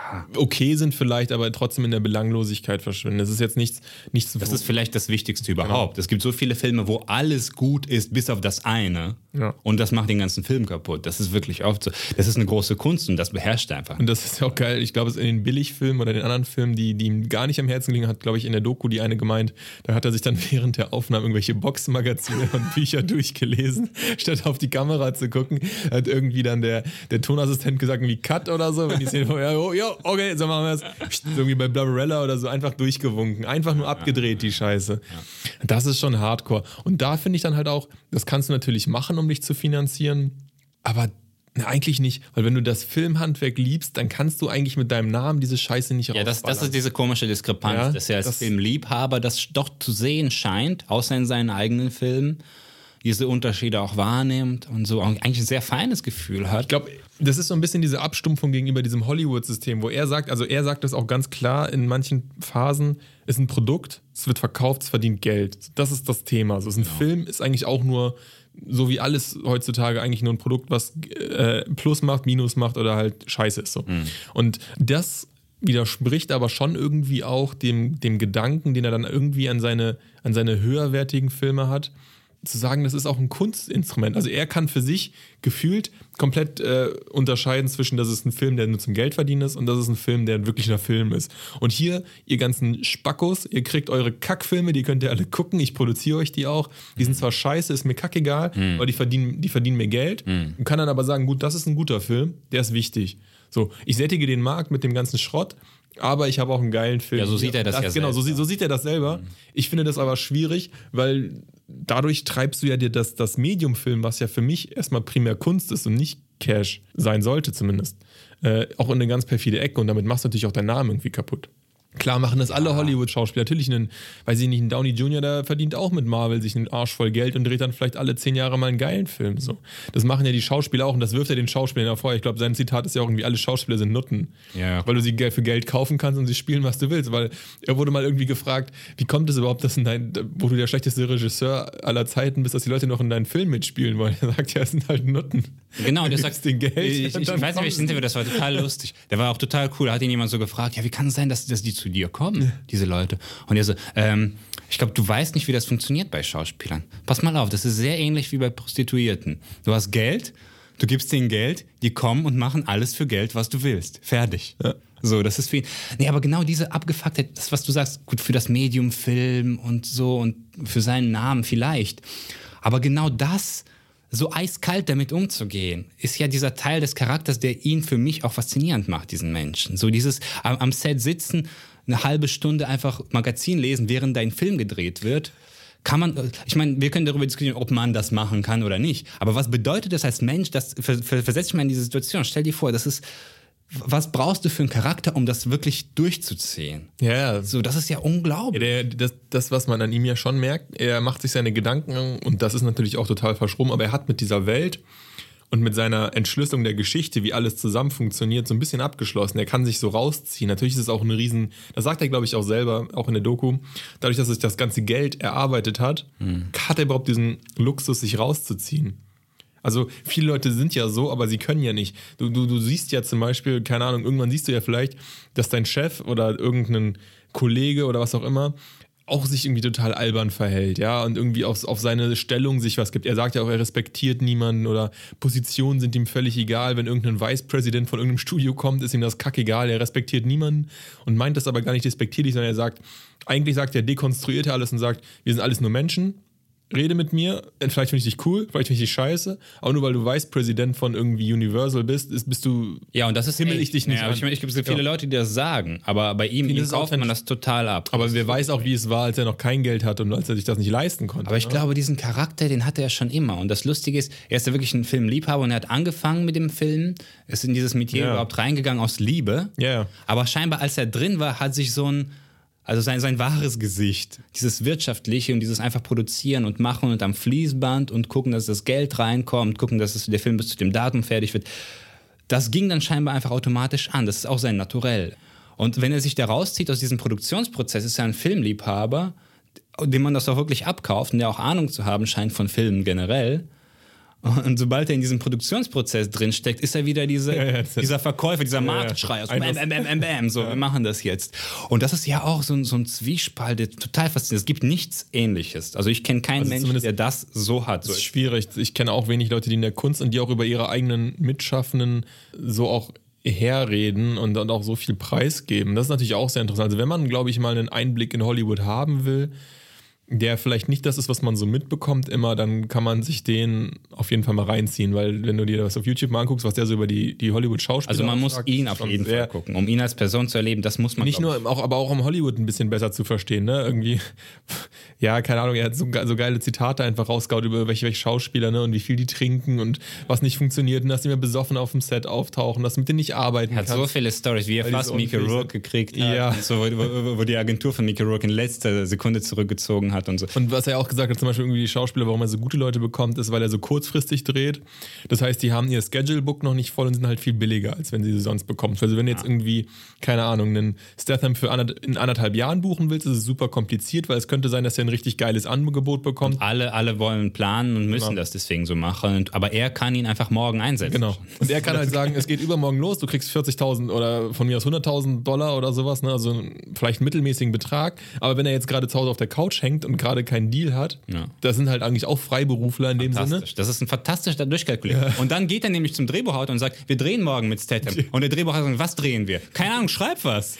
okay sind vielleicht, aber trotzdem in der Belanglosigkeit verschwinden. Das ist jetzt nichts. Das ist vielleicht das Wichtigste überhaupt. Genau. Es gibt so viele Filme, wo alles gut ist, bis auf das eine. Ja. Und das macht den ganzen Film kaputt. Das ist wirklich oft so. Das ist eine große Kunst und das beherrscht er einfach. Und das ist ja auch geil. Ich glaube, es in den Billigfilmen oder den anderen Filmen, die ihm gar nicht am Herzen liegen, hat, glaube ich, in der Doku die eine gemeint, da hat er sich dann während der Aufnahme irgendwelche Boxmagazine und Bücher durchgelesen, statt auf die Kamera zu gucken. Hat irgendwie dann der Tonassistent gesagt, wie Cut oder so. Wenn die Szene okay, so machen wir das. Irgendwie bei Barbarella oder so einfach durchgewunken. Einfach nur abgedreht, die Scheiße. Ja. Das ist schon Hardcore. Und da finde ich dann halt auch, das kannst du natürlich machen, um dich zu finanzieren, aber eigentlich nicht, weil wenn du das Filmhandwerk liebst, dann kannst du eigentlich mit deinem Namen diese Scheiße nicht rausballern. Ja, das ist diese komische Diskrepanz, dass er als Filmliebhaber das doch zu sehen scheint, außer in seinen eigenen Filmen, diese Unterschiede auch wahrnimmt und so eigentlich ein sehr feines Gefühl hat. Ich glaube, das ist so ein bisschen diese Abstumpfung gegenüber diesem Hollywood-System, wo er sagt das auch ganz klar in manchen Phasen, ist ein Produkt, es wird verkauft, es verdient Geld. Das ist das Thema. Also ein Film ist eigentlich auch nur, so wie alles heutzutage, eigentlich nur ein Produkt, was Plus macht, Minus macht oder halt Scheiße ist. So. Und das widerspricht aber schon irgendwie auch dem Gedanken, den er dann irgendwie an seine höherwertigen Filme hat, zu sagen, das ist auch ein Kunstinstrument. Also er kann für sich gefühlt komplett unterscheiden zwischen, das ist ein Film, der nur zum Geld verdienen ist und das ist ein Film, der ein wirklicher Film ist. Und hier, ihr ganzen Spackos, ihr kriegt eure Kackfilme, die könnt ihr alle gucken, ich produziere euch die auch. Die sind zwar scheiße, ist mir kackegal, weil die verdienen mir Geld und kann dann aber sagen, gut, das ist ein guter Film, der ist wichtig. So, ich sättige den Markt mit dem ganzen Schrott, aber ich habe auch einen geilen Film. Ja, so sieht er das ja genau, so sieht er das selber. Ich finde das aber schwierig, weil dadurch treibst du ja dir das Medium-Film, was ja für mich erstmal primär Kunst ist und nicht Cash sein sollte zumindest, auch in eine ganz perfide Ecke und damit machst du natürlich auch deinen Namen irgendwie kaputt. Klar machen das alle Hollywood-Schauspieler. Natürlich ein Downey Jr., der verdient auch mit Marvel sich einen Arsch voll Geld und dreht dann vielleicht alle 10 Jahre mal einen geilen Film. So. Das machen ja die Schauspieler auch und das wirft er den Schauspielern hervor. Ich glaube, sein Zitat ist ja auch irgendwie, alle Schauspieler sind Nutten. Ja. Weil du sie für Geld kaufen kannst und sie spielen, was du willst. Weil er wurde mal irgendwie gefragt, wie kommt es überhaupt, dass wo du der schlechteste Regisseur aller Zeiten bist, dass die Leute noch in deinen Film mitspielen wollen. Er sagt, ja, es sind halt Nutten. Genau, der sagt den Geld. Ich weiß nicht, welches Interview, das war total lustig. Der war auch total cool. Da hat ihn jemand so gefragt, ja, wie kann es sein, dass die zu dir kommen, diese Leute? Und er so, ich glaube, du weißt nicht, wie das funktioniert bei Schauspielern. Pass mal auf, das ist sehr ähnlich wie bei Prostituierten. Du hast Geld, du gibst denen Geld, die kommen und machen alles für Geld, was du willst. Fertig. Ja. So, das ist viel. Nee, aber genau diese Abgefucktheit, das, was du sagst, gut, für das Medium Film und so und für seinen Namen vielleicht. Aber genau das so eiskalt damit umzugehen, ist ja dieser Teil des Charakters, der ihn für mich auch faszinierend macht, diesen Menschen. So dieses am Set sitzen, eine halbe Stunde einfach Magazin lesen, während dein Film gedreht wird. Ich meine, wir können darüber diskutieren, ob man das machen kann oder nicht. Aber was bedeutet das als Mensch? Versetz dich mal in diese Situation. Stell dir vor, was brauchst du für einen Charakter, um das wirklich durchzuziehen? Ja. So, das ist ja unglaublich. Ja, das, was man an ihm ja schon merkt, er macht sich seine Gedanken und das ist natürlich auch total verschroben, aber er hat mit dieser Welt und mit seiner Entschlüsselung der Geschichte, wie alles zusammen funktioniert, so ein bisschen abgeschlossen. Er kann sich so rausziehen. Natürlich ist es auch das sagt er, glaube ich, auch selber, auch in der Doku, dadurch, dass er sich das ganze Geld erarbeitet hat, hat er überhaupt diesen Luxus, sich rauszuziehen. Also viele Leute sind ja so, aber sie können ja nicht. Du siehst ja zum Beispiel, keine Ahnung, irgendwann siehst du ja vielleicht, dass dein Chef oder irgendein Kollege oder was auch immer auch sich irgendwie total albern verhält, ja, und irgendwie auf seine Stellung sich was gibt. Er sagt ja auch, er respektiert niemanden oder Positionen sind ihm völlig egal. Wenn irgendein Vice President von irgendeinem Studio kommt, ist ihm das kackegal. Er respektiert niemanden und meint das aber gar nicht despektierlich, sondern er dekonstruiert er alles und sagt, wir sind alles nur Menschen. Rede mit mir, vielleicht finde ich dich cool, vielleicht finde ich dich scheiße, aber nur weil du Vice-Präsident von irgendwie Universal bist du... Ja, und das ist himmel ich dich nicht an. Ich gibt viele Leute, die das sagen, aber bei ihm kauft man das total ab. Aber wer weiß auch, wie es war, als er noch kein Geld hatte und als er sich das nicht leisten konnte. Aber ich glaube, diesen Charakter, den hatte er schon immer. Und das Lustige ist, er ist ja wirklich ein Filmliebhaber und er hat angefangen mit dem Film, ist in dieses Metier überhaupt reingegangen aus Liebe. Ja. Aber scheinbar, als er drin war, hat sich sein wahres Gesicht, dieses Wirtschaftliche und dieses einfach produzieren und machen und am Fließband und gucken, dass das Geld reinkommt, gucken, dass der Film bis zu dem Datum fertig wird, das ging dann scheinbar einfach automatisch an. Das ist auch sein Naturell. Und wenn er sich da rauszieht aus diesem Produktionsprozess, ist er ein Filmliebhaber, dem man das auch wirklich abkauft und der auch Ahnung zu haben scheint von Filmen generell. Und sobald er in diesem Produktionsprozess drinsteckt, ist er wieder dieser Verkäufer, dieser Marktschreier. So, bam, so, wir machen das jetzt. Und das ist ja auch so ein Zwiespalt, der total faszinierend ist. Es gibt nichts Ähnliches. Also ich kenne keinen Menschen, der das so hat. Das ist schwierig. Ich kenne auch wenig Leute, die in der Kunst und die auch über ihre eigenen Mitschaffenden so auch herreden und auch so viel preisgeben. Das ist natürlich auch sehr interessant. Also wenn man, glaube ich, mal einen Einblick in Hollywood haben will, der vielleicht nicht das ist, was man so mitbekommt immer, dann kann man sich den auf jeden Fall mal reinziehen, weil wenn du dir das auf YouTube mal anguckst, was der so über die Hollywood-Schauspieler Also man muss ihn auf jeden Fall gucken, um ihn als Person zu erleben, das muss man nicht nur, aber auch um Hollywood ein bisschen besser zu verstehen, ne, irgendwie, ja, keine Ahnung, er hat so geile Zitate einfach rausgehauen über welche Schauspieler, ne, und wie viel die trinken und was nicht funktioniert und dass die mehr besoffen auf dem Set auftauchen, dass du mit denen nicht arbeiten kannst. Er hat so viele Storys, wie er fast Mickey Rourke gekriegt hat, ja. So, wo die Agentur von Mickey Rourke in letzter Sekunde zurückgezogen hat und so. Und was er auch gesagt hat, zum Beispiel irgendwie die Schauspieler, warum er so gute Leute bekommt, ist, weil er so kurzfristig dreht. Das heißt, die haben ihr Schedule-Book noch nicht voll und sind halt viel billiger, als wenn sie sonst bekommen. Also wenn du jetzt irgendwie, keine Ahnung, einen Statham für in 1,5 Jahren buchen willst, ist es super kompliziert, weil es könnte sein, dass er ein richtig geiles Angebot bekommt. Und alle wollen planen und müssen das deswegen so machen. Aber er kann ihn einfach morgen einsetzen. Genau. Und er kann halt sagen, es geht übermorgen los, du kriegst 40.000 oder von mir aus $100.000 oder sowas, ne? Also vielleicht einen mittelmäßigen Betrag. Aber wenn er jetzt gerade zu Hause auf der Couch hängt und gerade keinen Deal hat, das sind halt eigentlich auch Freiberufler in dem Sinne. Das ist ein fantastischer Durchkalkuliert. Ja. Und dann geht er nämlich zum Drehbuchautor und sagt, wir drehen morgen mit Statham. Und der Drehbuchautor sagt, was drehen wir? Keine Ahnung, schreib was.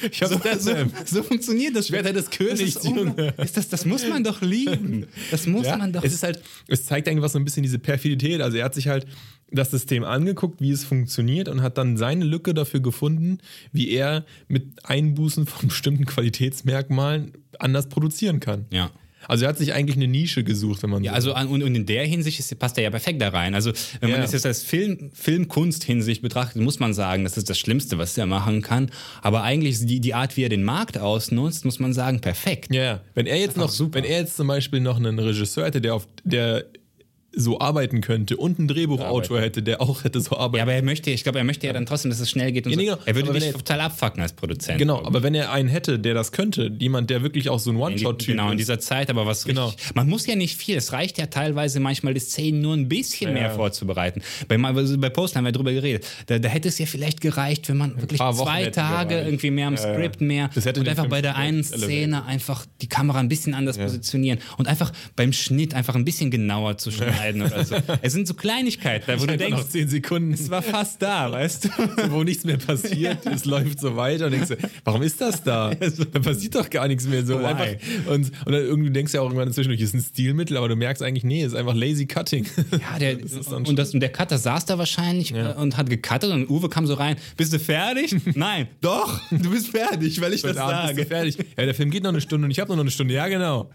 So funktioniert das. Schwerter des Königs, Junge. Das muss man doch lieben. Das muss man doch. Es zeigt eigentlich so ein bisschen diese Perfidität. Also er hat sich halt das System angeguckt, wie es funktioniert und hat dann seine Lücke dafür gefunden, wie er mit Einbußen von bestimmten Qualitätsmerkmalen anders produzieren kann. Ja. Also er hat sich eigentlich eine Nische gesucht, wenn man so. Ja, also und in der Hinsicht passt er ja perfekt da rein. Also wenn man es jetzt als Filmkunst-Hinsicht betrachtet, muss man sagen, das ist das Schlimmste, was er machen kann. Aber eigentlich die Art, wie er den Markt ausnutzt, muss man sagen, perfekt. Ja, wenn er jetzt zum Beispiel noch einen Regisseur hätte, der so arbeiten könnte und einen Drehbuchautor hätte, der auch hätte so arbeiten. Ja, aber er möchte ja dann trotzdem, dass es schnell geht. Und so. Genau. Er würde dich total abfucken als Produzent. Genau, aber wenn er einen hätte, der das könnte, jemand, der wirklich auch so ein One-Shot-Typ ist. Genau, in dieser Zeit, aber was richtig, man muss ja nicht viel, es reicht ja teilweise manchmal die Szenen nur ein bisschen mehr vorzubereiten. Bei Post haben wir drüber geredet, da hätte es ja vielleicht gereicht, wenn man wirklich 2 Tage irgendwie mehr am Skript mehr und einfach bei der einen Szene einfach die Kamera ein bisschen anders positionieren und einfach beim Schnitt einfach ein bisschen genauer zu schneiden. schneiden oder so. Es sind so Kleinigkeiten, wo du denkst, noch 10 Sekunden. es war fast da, weißt du? Wo nichts mehr passiert, es läuft so weiter und denkst du, warum ist das da? Da passiert doch gar nichts mehr so. Einfach, und dann irgendwie denkst du ja auch irgendwann zwischendurch, es ist ein Stilmittel, aber du merkst eigentlich, nee, es ist einfach lazy cutting. Ja, und der Cutter saß da wahrscheinlich und hat gecuttet und Uwe kam so rein, bist du fertig? Nein, doch, du bist fertig, weil ich das sage. Bist du fertig? Ja, der Film geht noch eine Stunde und ich habe noch eine Stunde, ja genau.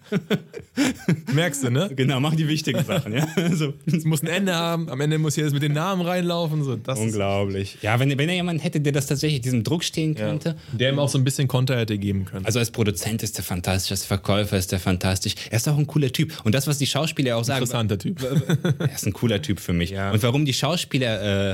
Merkst du, ne? Genau, mach die wichtigen Sachen, ja. So. Es muss ein Ende haben, am Ende muss hier das mit den Namen reinlaufen. So. Das unglaublich. Ja, wenn er jemanden hätte, der das tatsächlich diesem Druck stehen könnte. Der ihm auch so ein bisschen Konter hätte geben können. Also als Produzent ist der fantastisch, als Verkäufer ist der fantastisch. Er ist auch ein cooler Typ. Und das, was die Schauspieler auch sagen. Interessanter Typ. Er ist ein cooler Typ für mich. Ja. Und warum er die Schauspieler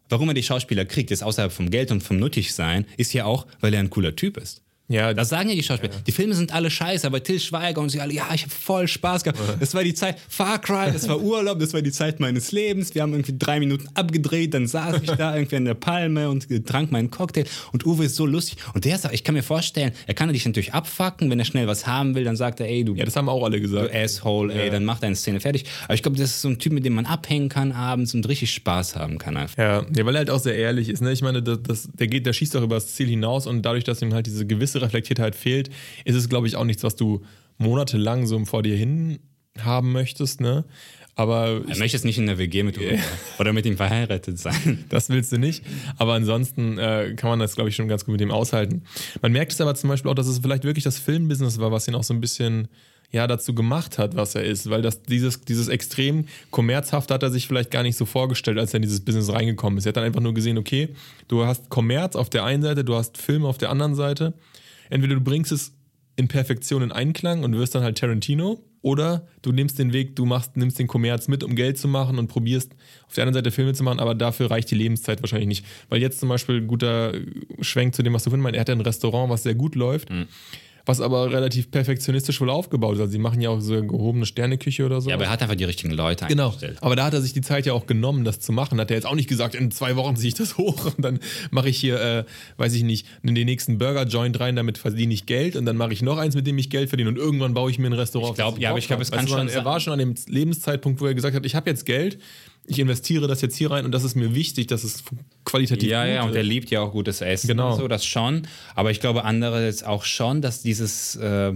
kriegt, ist außerhalb vom Geld und vom Nuttigsein, ist ja auch, weil er ein cooler Typ ist. Ja, das sagen ja die Schauspieler. Ja. Die Filme sind alle scheiße, aber Til Schweiger und sie alle, ja, ich habe voll Spaß gehabt. Das war die Zeit, Far Cry, das war Urlaub, das war die Zeit meines Lebens. Wir haben irgendwie 3 Minuten abgedreht, dann saß ich da irgendwie an der Palme und trank meinen Cocktail. Und Uwe ist so lustig. Und der sagt, ich kann mir vorstellen, er kann dich natürlich abfucken, wenn er schnell was haben will, dann sagt er, ey, du. Ja, das haben auch alle gesagt. Du Asshole, ey, dann mach deine Szene fertig. Aber ich glaube, das ist so ein Typ, mit dem man abhängen kann abends und richtig Spaß haben kann einfach. Ja, weil er halt auch sehr ehrlich ist. Ne? Ich meine, der schießt auch über das Ziel hinaus und dadurch, dass ihm halt diese gewisse Reflektiertheit fehlt, ist es, glaube ich, auch nichts, was du monatelang so vor dir hin haben möchtest, ne? Aber er möchte jetzt nicht in der WG mit ihm oder mit ihm verheiratet sein. Das willst du nicht. Aber ansonsten kann man das, glaube ich, schon ganz gut mit ihm aushalten. Man merkt es aber zum Beispiel auch, dass es vielleicht wirklich das Filmbusiness war, was ihn auch so ein bisschen dazu gemacht hat, was er ist. Weil dieses extrem kommerzhafte hat er sich vielleicht gar nicht so vorgestellt, als er in dieses Business reingekommen ist. Er hat dann einfach nur gesehen, okay, du hast Kommerz auf der einen Seite, du hast Film auf der anderen Seite. Entweder du bringst es in Perfektion in Einklang und wirst dann halt Tarantino, oder du nimmst den Weg, nimmst den Kommerz mit, um Geld zu machen und probierst auf der anderen Seite Filme zu machen, aber dafür reicht die Lebenszeit wahrscheinlich nicht. Weil jetzt zum Beispiel ein guter Schwenk zu dem, was du vorhin meinst, er hat ja ein Restaurant, was sehr gut läuft, was aber relativ perfektionistisch wohl aufgebaut ist. Also sie machen ja auch so gehobene Sterneküche oder so. Ja, aber er hat einfach die richtigen Leute eingestellt. Aber da hat er sich die Zeit ja auch genommen, das zu machen. Hat er jetzt auch nicht gesagt, in 2 Wochen ziehe ich das hoch und dann mache ich hier, weiß ich nicht, in den nächsten Burger-Joint rein, damit verdiene ich Geld und dann mache ich noch eins, mit dem ich Geld verdiene und irgendwann baue ich mir ein Restaurant. Aber ich glaube, es kann schon sein. Er war schon an dem Lebenszeitpunkt, wo er gesagt hat, ich habe jetzt Geld, ich investiere das jetzt hier rein und das ist mir wichtig, dass es qualitativ gut ist. Ja, und er liebt ja auch gutes Essen. Genau. So, das schon. Aber ich glaube, andererseits auch schon, dass dieses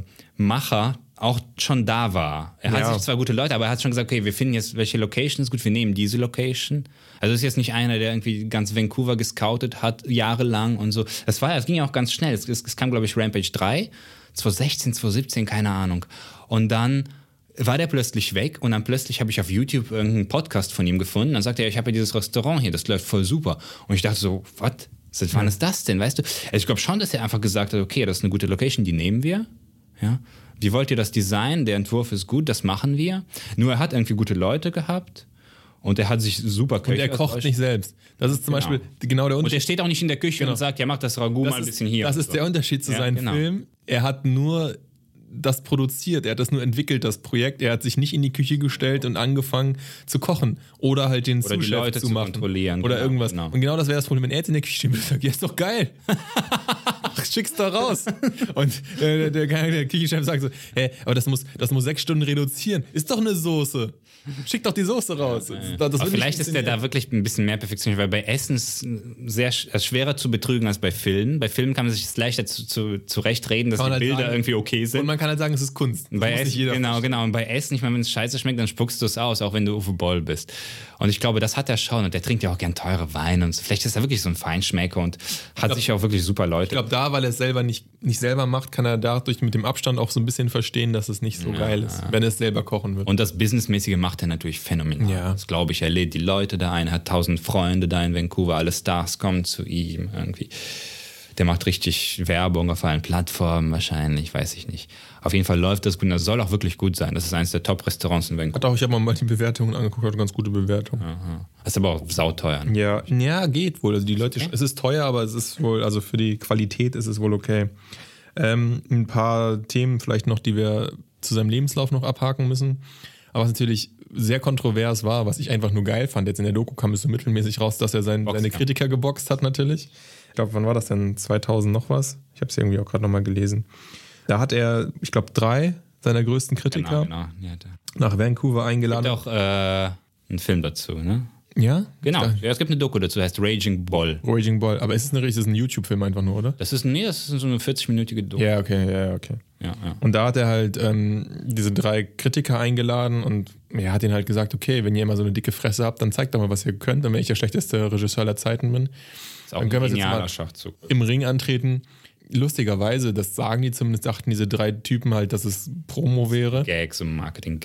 Macher auch schon da war. Er hat sich zwar gute Leute, aber er hat schon gesagt, okay, wir finden jetzt, welche Location ist gut, wir nehmen diese Location. Also es ist jetzt nicht einer, der irgendwie ganz Vancouver gescoutet hat, jahrelang und so. Es ging ja auch ganz schnell. Es kam, glaube ich, Rampage 3, 2016, 2017, keine Ahnung. Und dann war der plötzlich weg und dann plötzlich habe ich auf YouTube irgendeinen Podcast von ihm gefunden. Dann sagte er, ich habe ja dieses Restaurant hier, das läuft voll super. Und ich dachte so, was? Seit wann ist das denn, weißt du? Also ich glaube schon, dass er einfach gesagt hat, okay, das ist eine gute Location, die nehmen wir. Ja. Wie wollt ihr das Design? Der Entwurf ist gut, das machen wir. Nur er hat irgendwie gute Leute gehabt. Und er hat sich super Köche. Und er kocht nicht selbst. Das ist zum Beispiel genau der Unterschied. Und er steht auch nicht in der Küche und sagt, ja, mach das Ragout mal ein bisschen hier. Das ist der Unterschied zu seinen Filmen. Er hat nur das produziert, er hat das nur entwickelt, das Projekt. Er hat sich nicht in die Küche gestellt und angefangen zu kochen oder halt den Sous-Chef die Leute zu machen kontrollieren oder irgendwas. Genau. Und genau das wäre das Problem, wenn er jetzt in der Küche stehen würde, sagt, ja, ist doch geil. Schick's doch raus. Und der Küchenchef sagt so, aber das muss 6 Stunden reduzieren. Ist doch eine Soße. Schick doch die Soße raus. Aber vielleicht ist der da wirklich ein bisschen mehr perfektioniert, weil bei Essen ist es schwerer zu betrügen als bei Filmen. Bei Filmen kann man sich es leichter zurechtreden, dass die halt Bilder irgendwie okay sind. Und man kann halt sagen, es ist Kunst. Bei Essen, genau. Und bei Essen, ich meine, wenn es scheiße schmeckt, dann spuckst du es aus, auch wenn du Uwe Boll bist. Und ich glaube, das hat er schon. Und der trinkt ja auch gern teure Weine. Und vielleicht ist er wirklich so ein Feinschmecker und hat sich auch wirklich super Leute. Ich glaube, weil er es selber nicht selber macht, kann er dadurch mit dem Abstand auch so ein bisschen verstehen, dass es nicht so geil ist, wenn er es selber kochen wird. Und das Businessmäßige macht er natürlich phänomenal. Ja. Das glaube ich, er lädt die Leute da ein, hat 1000 Freunde da in Vancouver, alle Stars kommen zu ihm irgendwie. Der macht richtig Werbung auf allen Plattformen wahrscheinlich, weiß ich nicht. Auf jeden Fall läuft das gut und das soll auch wirklich gut sein. Das ist eines der Top-Restaurants in Vancouver. Ich habe mal die Bewertungen angeguckt, hat ganz gute Bewertungen. Das ist aber auch sauteuer. Ne? Ja, geht wohl. Also die Leute, es ist teuer, aber es ist wohl, also für die Qualität ist es wohl okay. Ein paar Themen vielleicht noch, die wir zu seinem Lebenslauf noch abhaken müssen. Aber was natürlich sehr kontrovers war, was ich einfach nur geil fand. Jetzt in der Doku kam es so mittelmäßig raus, dass er seine Kritiker geboxt hat natürlich. Ich glaube, wann war das denn? 2000 noch was? Ich habe es irgendwie auch gerade nochmal gelesen. Da hat er, ich glaube, 3 seiner größten Kritiker nach Vancouver eingeladen. Es gibt auch einen Film dazu, ne? Ja? Genau, ja, es gibt eine Doku dazu, heißt Raging Bull. Raging Bull, aber ist es ein YouTube-Film einfach nur, oder? Das ist so eine 40-minütige Doku. Ja, okay. Ja. Und da hat er halt diese 3 Kritiker eingeladen und er hat ihnen halt gesagt, okay, wenn ihr immer so eine dicke Fresse habt, dann zeigt doch mal, was ihr könnt. Und wenn ich der schlechteste Regisseur aller Zeiten bin, ist auch dann können wir jetzt genialer mal Schachzug. im Ring antreten. Lustigerweise, das sagen die zumindest, dachten diese 3 Typen halt, dass es Promo wäre. Gags und Marketing.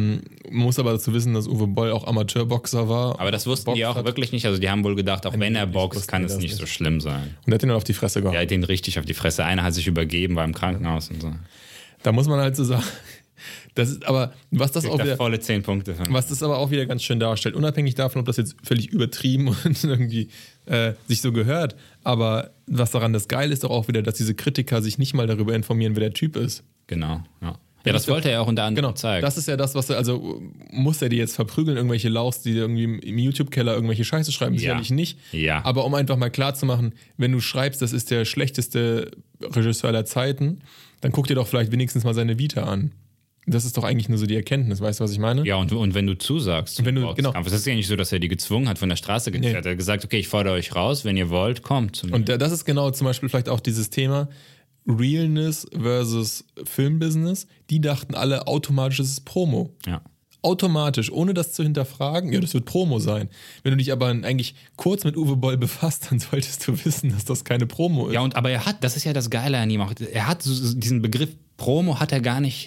Muss aber dazu wissen, dass Uwe Boll auch Amateurboxer war. Aber das wussten die auch wirklich nicht. Also die haben wohl gedacht, auch wenn er boxt, kann es nicht so schlimm sein. Und er hat ihn dann auf die Fresse gehauen. Er hat ihn richtig auf die Fresse. Einer hat sich übergeben, war im Krankenhaus und so. Da muss man halt so sagen, das ist aber, was das auch wieder, volle 10 Punkte. was das aber auch wieder ganz schön darstellt, unabhängig davon, ob das jetzt völlig übertrieben und irgendwie sich so gehört, aber was daran das Geile ist doch auch wieder, dass diese Kritiker sich nicht mal darüber informieren, wer der Typ ist. Genau, ja. Ja, das wollte er auch unter anderem zeigen. Das ist ja das, was er, also muss er die jetzt verprügeln, irgendwelche Lauchs, die irgendwie im YouTube-Keller irgendwelche Scheiße schreiben, sicherlich nicht. Ja. Aber um einfach mal klarzumachen, wenn du schreibst, das ist der schlechteste Regisseur aller Zeiten, dann guck dir doch vielleicht wenigstens mal seine Vita an. Das ist doch eigentlich nur so die Erkenntnis, weißt du, was ich meine? Ja, und wenn du zusagst, genau. das ist ja nicht so, dass er die gezwungen hat, von der Straße gekehrt. Er hat gesagt, okay, ich fordere euch raus, wenn ihr wollt, kommt zu mir. Und das ist genau zum Beispiel vielleicht auch dieses Thema Realness versus Filmbusiness. Die dachten alle, automatisch ist es Promo. Ja. Automatisch, ohne das zu hinterfragen, ja, das wird Promo sein. Wenn du dich aber eigentlich kurz mit Uwe Boll befasst, dann solltest du wissen, dass das keine Promo ist. Ja, aber das ist ja das Geile an ihm auch, er hat diesen Begriff Promo hat er gar nicht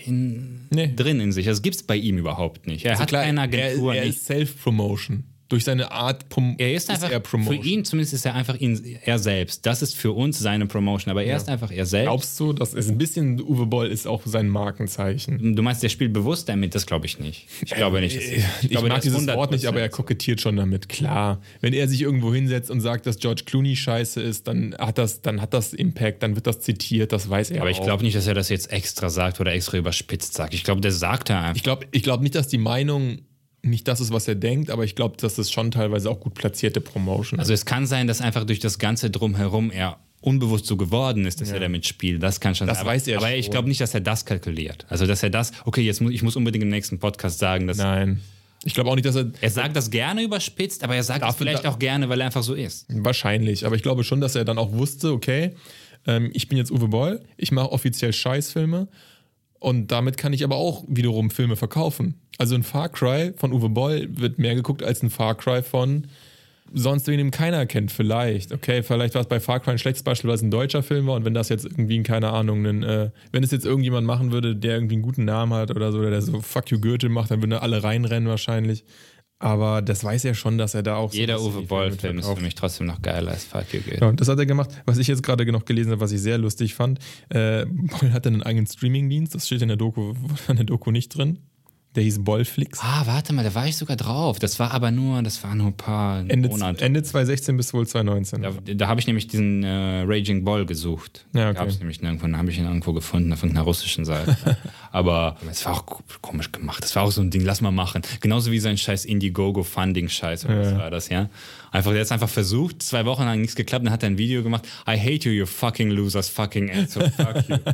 drin in sich. Das gibt es bei ihm überhaupt nicht. Er hat keine Agentur. Er ist Self-Promotion. Durch seine Art er ist einfach, Promotion. Für ihn zumindest ist er einfach er selbst. Das ist für uns seine Promotion, aber er ist einfach er selbst. Glaubst du, dass es ein bisschen Uwe Boll ist auch sein Markenzeichen? Du meinst, der spielt bewusst damit? Das glaube ich nicht. Ich glaube nicht. Ich mag dieses Wort nicht, aber er kokettiert schon damit. Klar, wenn er sich irgendwo hinsetzt und sagt, dass George Clooney scheiße ist, dann hat das Impact, dann wird das zitiert, das weiß er aber auch. Ich glaube nicht, dass er das jetzt extra sagt oder extra überspitzt sagt. Ich glaube, der sagt er einfach. Ich glaube nicht, dass die Meinung nicht das ist, was er denkt, aber ich glaube, das ist schon teilweise auch gut platzierte Promotion. Also es kann sein, dass einfach durch das Ganze Drumherum er unbewusst so geworden ist, dass er damit spielt. Das kann schon sein. Das weiß er aber schon. Ich glaube nicht, dass er das kalkuliert. Also dass er ich muss unbedingt im nächsten Podcast sagen, dass... Nein. Ich glaube auch nicht, dass er... Er sagt das gerne überspitzt, aber er sagt das vielleicht auch gerne, weil er einfach so ist. Wahrscheinlich, aber ich glaube schon, dass er dann auch wusste, okay, ich bin jetzt Uwe Boll, ich mache offiziell Scheißfilme und damit kann ich aber auch wiederum Filme verkaufen. Also ein Far Cry von Uwe Boll wird mehr geguckt als ein Far Cry von sonst wen ihm keiner kennt, vielleicht. Okay, vielleicht war es bei Far Cry ein schlechtes Beispiel, weil es ein deutscher Film war und wenn das jetzt irgendwie, keine Ahnung, wenn es jetzt irgendjemand machen würde, der irgendwie einen guten Namen hat oder so, oder der so Fuck you Goethe macht, dann würden da alle reinrennen wahrscheinlich. Aber das weiß er schon, dass er da auch... Jeder Uwe Boll-Film ist für mich trotzdem noch geiler als Fuck you Goethe. Ja, das hat er gemacht. Was ich jetzt gerade noch gelesen habe, was ich sehr lustig fand, Boll hatte einen eigenen Streamingdienst, das steht in der Doku nicht drin. Der hieß Bollflix. Warte mal, da war ich sogar drauf. Das war nur ein paar Monate. Ende 2016 bis wohl 2019. Da habe ich nämlich diesen Raging Bull gesucht. Ja, okay. Habe ich ihn irgendwo gefunden auf irgendeiner russischen Seite. Aber es war auch komisch gemacht. Das war auch so ein Ding, lass mal machen. Genauso wie sein scheiß Indiegogo-Funding-Scheiß. Was war das, ja? Der hat es einfach versucht, 2 Wochen lang nichts geklappt, dann hat er ein Video gemacht. I hate you, you fucking losers, fucking asshole, fuck you.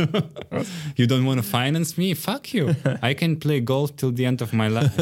You don't want to finance me? Fuck you. I can play golf till the end of my life.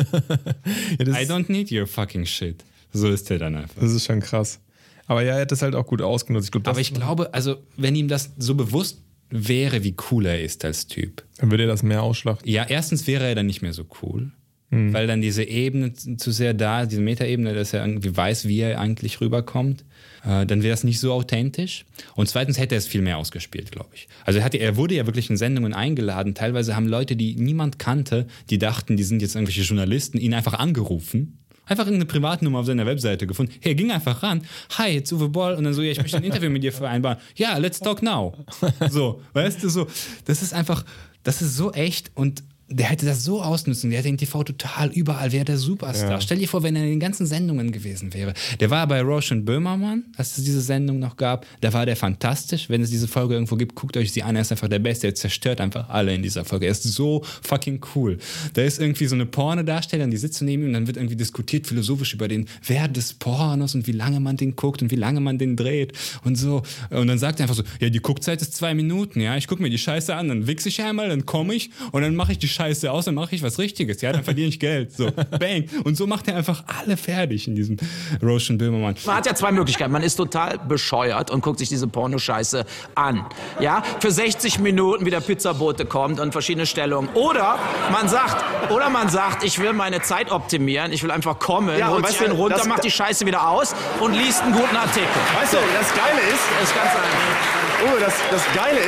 I don't need your fucking shit. So ist er dann einfach. Das ist schon krass. Aber ja, er hat das halt auch gut ausgenutzt. Aber ich glaube, also wenn ihm das so bewusst wäre, wie cool er ist als Typ. Dann würde er das mehr ausschlachten. Ja, erstens wäre er dann nicht mehr so cool. Weil dann diese Ebene zu sehr da, diese Metaebene, dass er irgendwie weiß, wie er eigentlich rüberkommt, dann wäre es nicht so authentisch. Und zweitens hätte er es viel mehr ausgespielt, glaube ich. Also er wurde ja wirklich in Sendungen eingeladen. Teilweise haben Leute, die niemand kannte, die dachten, die sind jetzt irgendwelche Journalisten, ihn einfach angerufen. Einfach irgendeine Privatnummer auf seiner Webseite gefunden. Hey, ging einfach ran. Hi, jetzt Uwe Boll. Und dann so, ja, ich möchte ein Interview mit dir vereinbaren. Ja, let's talk now. So, weißt du, so. Das ist so echt und der hätte das so ausnutzen, der hätte in TV total überall, wäre der Superstar. Ja. Stell dir vor, wenn er in den ganzen Sendungen gewesen wäre. Der war bei Roche und Böhmermann, als es diese Sendung noch gab. Da war der fantastisch. Wenn es diese Folge irgendwo gibt, guckt euch sie an. Er ist einfach der Beste. Er zerstört einfach alle in dieser Folge. Er ist so fucking cool. Da ist irgendwie so eine Pornodarstellerin, die sitzt neben ihm und dann wird irgendwie diskutiert philosophisch über den Wert des Pornos und wie lange man den guckt und wie lange man den dreht und so. Und dann sagt er einfach so, ja, die Guckzeit ist 2 Minuten, ja. Ich gucke mir die Scheiße an, dann wichse ich einmal, dann komme ich und dann mache ich die Scheiße Scheiße aus, dann mache ich was Richtiges. Ja, dann verdiene ich Geld. So, bang. Und so macht er einfach alle fertig in diesem Roast Böhmermann. Man hat ja zwei Möglichkeiten. Man ist total bescheuert und guckt sich diese Pornoscheiße an. Ja, für 60 Minuten, wie der Pizzabote kommt und verschiedene Stellungen. Oder man sagt, ich will meine Zeit optimieren, ich will einfach kommen, Ja, holt und sich weißt einen du, runter, das- macht die Scheiße wieder aus und liest einen guten Artikel. Weißt du, das Geile ist, Das ist ganz einfach. Uwe, das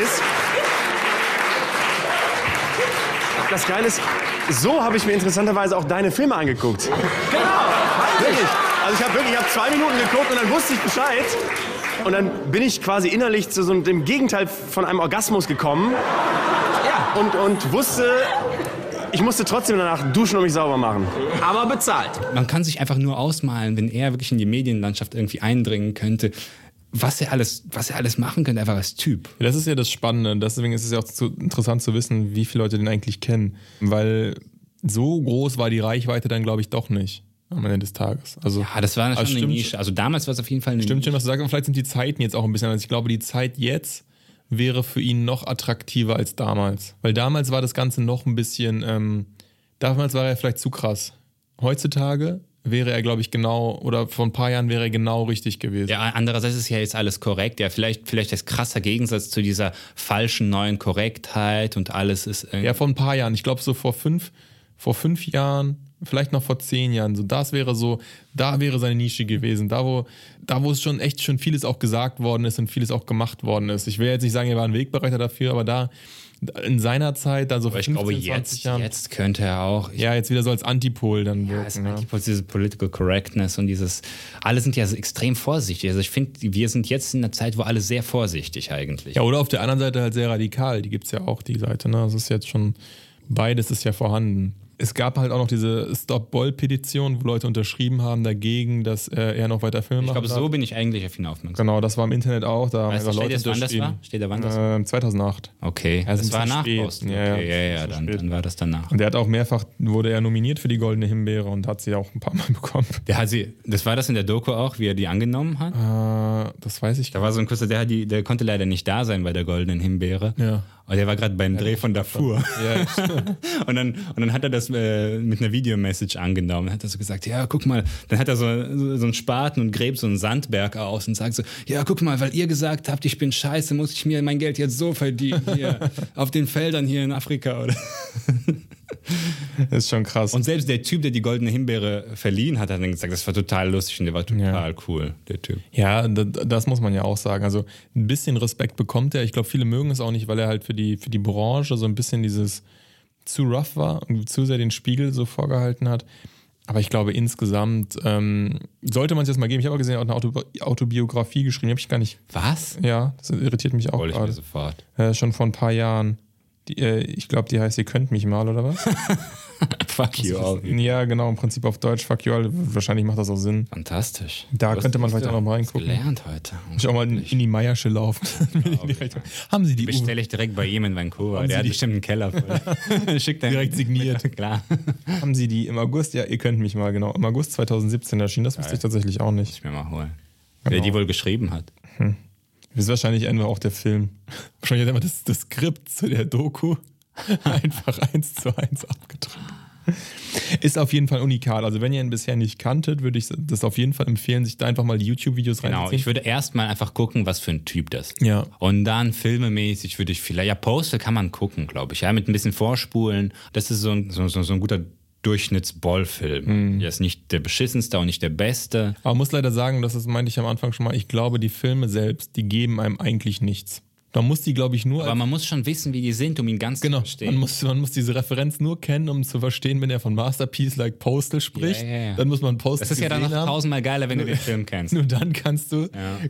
Geile ist, so habe ich mir interessanterweise auch deine Filme angeguckt. Genau. Wirklich. Also ich habe 2 Minuten geguckt und dann wusste ich Bescheid. Und dann bin ich quasi innerlich zu so dem Gegenteil von einem Orgasmus gekommen Ja, und wusste, ich musste trotzdem danach duschen und mich sauber machen. aber bezahlt. Man kann sich einfach nur ausmalen, wenn er wirklich in die Medienlandschaft irgendwie eindringen könnte, was er alles machen könnte, einfach als Typ. Das ist ja das Spannende. Deswegen ist es ja auch interessant zu wissen, wie viele Leute den eigentlich kennen. Weil so groß war die Reichweite dann, glaube ich, doch nicht am Ende des Tages. Also, Ja, das war schon eine stimmt, Nische. Also damals war es auf jeden Fall eine Stimmt Nische. schon, was du sagst. Und vielleicht sind die Zeiten jetzt auch ein bisschen anders. Ich glaube, die Zeit jetzt wäre für ihn noch attraktiver als damals. Weil damals war das Ganze noch ein bisschen, damals war er vielleicht zu krass. Heutzutage wäre er, glaube ich, genau, oder vor ein paar Jahren wäre er genau richtig gewesen. Ja, andererseits ist ja jetzt alles korrekt. Ja, vielleicht das krasser Gegensatz zu dieser falschen neuen Korrektheit und alles ist irgendwie. Ja, vor ein paar Jahren. Ich glaube, so vor fünf Jahren, vielleicht noch vor 10 Jahren. So, das wäre so, da wäre seine Nische gewesen. Da, wo es schon vieles auch gesagt worden ist und vieles auch gemacht worden ist. Ich will jetzt nicht sagen, er war ein Wegbereiter dafür, aber da in seiner Zeit, also vor Aber ich 15, glaube, 20 Jahren. jetzt könnte er auch. Ja, jetzt wieder so als Antipol dann wirken. Es ist diese Political Correctness und alle sind ja extrem vorsichtig. Also ich finde, wir sind jetzt in einer Zeit, wo alle sehr vorsichtig eigentlich. Ja, oder auf der anderen Seite halt sehr radikal. Die gibt es ja auch, die Seite. Ne? Das ist jetzt schon, beides ist ja vorhanden. Es gab halt auch noch diese Stop-Boll-Petition, wo Leute unterschrieben haben dagegen, dass er noch weiter Filme Ich machen glaube, so bin ich eigentlich auf ihn aufmerksam. Genau, das war im Internet auch. Da Weißt du, haben steht Leute jetzt, wann das unterschrieben. war? Steht da, wann das war? 2008. Okay, Also das ein war bisschen nach spät. Boston. Ja, Okay, ein bisschen spät. dann war das danach. Und der hat auch wurde er nominiert für die Goldene Himbeere und hat sie auch ein paar Mal bekommen. Das war das in der Doku auch, wie er die angenommen hat? Das weiß ich Da war so ein Künstler, der konnte leider nicht da sein bei der Goldenen Himbeere. Ja. Und der war gerade beim Dreh von Darfur. Ja. und dann hat er das mit einer Videomessage angenommen. Dann hat er so gesagt, ja, guck mal. Dann hat er so einen Spaten und gräbt so einen Sandberg aus und sagt so, ja, guck mal, weil ihr gesagt habt, ich bin scheiße, muss ich mir mein Geld jetzt so verdienen hier auf den Feldern hier in Afrika, oder? Das ist schon krass. Und selbst der Typ, der die Goldene Himbeere verliehen hat, hat dann gesagt, das war total lustig und der war total cool, der Typ. Ja, das muss man ja auch sagen. Also ein bisschen Respekt bekommt er. Ich glaube, viele mögen es auch nicht, weil er halt für die Branche so ein bisschen dieses zu rough war und zu sehr den Spiegel so vorgehalten hat. Aber ich glaube, insgesamt sollte man es jetzt mal geben. Ich habe auch gesehen, er hat eine Autobiografie geschrieben. Die habe ich gar nicht. Was? Ja, das irritiert mich auch Wollte ich mir gerade. sofort. Schon vor ein paar Jahren. Ich glaube, die heißt, ihr könnt mich mal, oder was? Fuck you all. Ja, genau, im Prinzip auf Deutsch, fuck you all. Wahrscheinlich macht das auch Sinn. Fantastisch. Da könnte man vielleicht auch noch mal reingucken. Gelernt heute. Ich auch mal in die Meiersche laufen. Haben Sie die Bestelle ich direkt bei ihm in Vancouver. Haben Der Sie hat die- bestimmt einen Keller voll. Schickt er Direkt signiert. Klar. Haben Sie die im August? Ja, ihr könnt mich mal, genau. Im August 2017 erschienen. Das wusste ich tatsächlich auch nicht. Ich mir mal holen. Wer die wohl geschrieben hat. Das ist wahrscheinlich einfach auch der Film. Wahrscheinlich hat er einfach das Skript zu der Doku einfach 1:1 abgedruckt. Ist auf jeden Fall unikat. Also wenn ihr ihn bisher nicht kanntet, würde ich das auf jeden Fall empfehlen, sich da einfach mal die YouTube-Videos Genau, reinzuziehen. ich würde erstmal einfach gucken, was für ein Typ das ist. Ja. Und dann filmemäßig würde ich vielleicht, ja, Postal kann man gucken, glaube ich, ja, mit ein bisschen Vorspulen. Das ist so ein guter Durchschnitts-Boll-Film. Der ist nicht der beschissenste, auch nicht der beste. Aber muss leider sagen, das meinte ich am Anfang schon mal, ich glaube, die Filme selbst, die geben einem eigentlich nichts. Man muss die, glaube ich, nur... Aber man muss schon wissen, wie die sind, um ihn ganz zu verstehen. Man muss diese Referenz nur kennen, um zu verstehen, wenn er von Masterpiece like Postal spricht. Ja. Dann muss man Postal Das ist ja dann noch gesehen haben. 1000-mal geiler, wenn du den Film kennst. Nur dann kannst du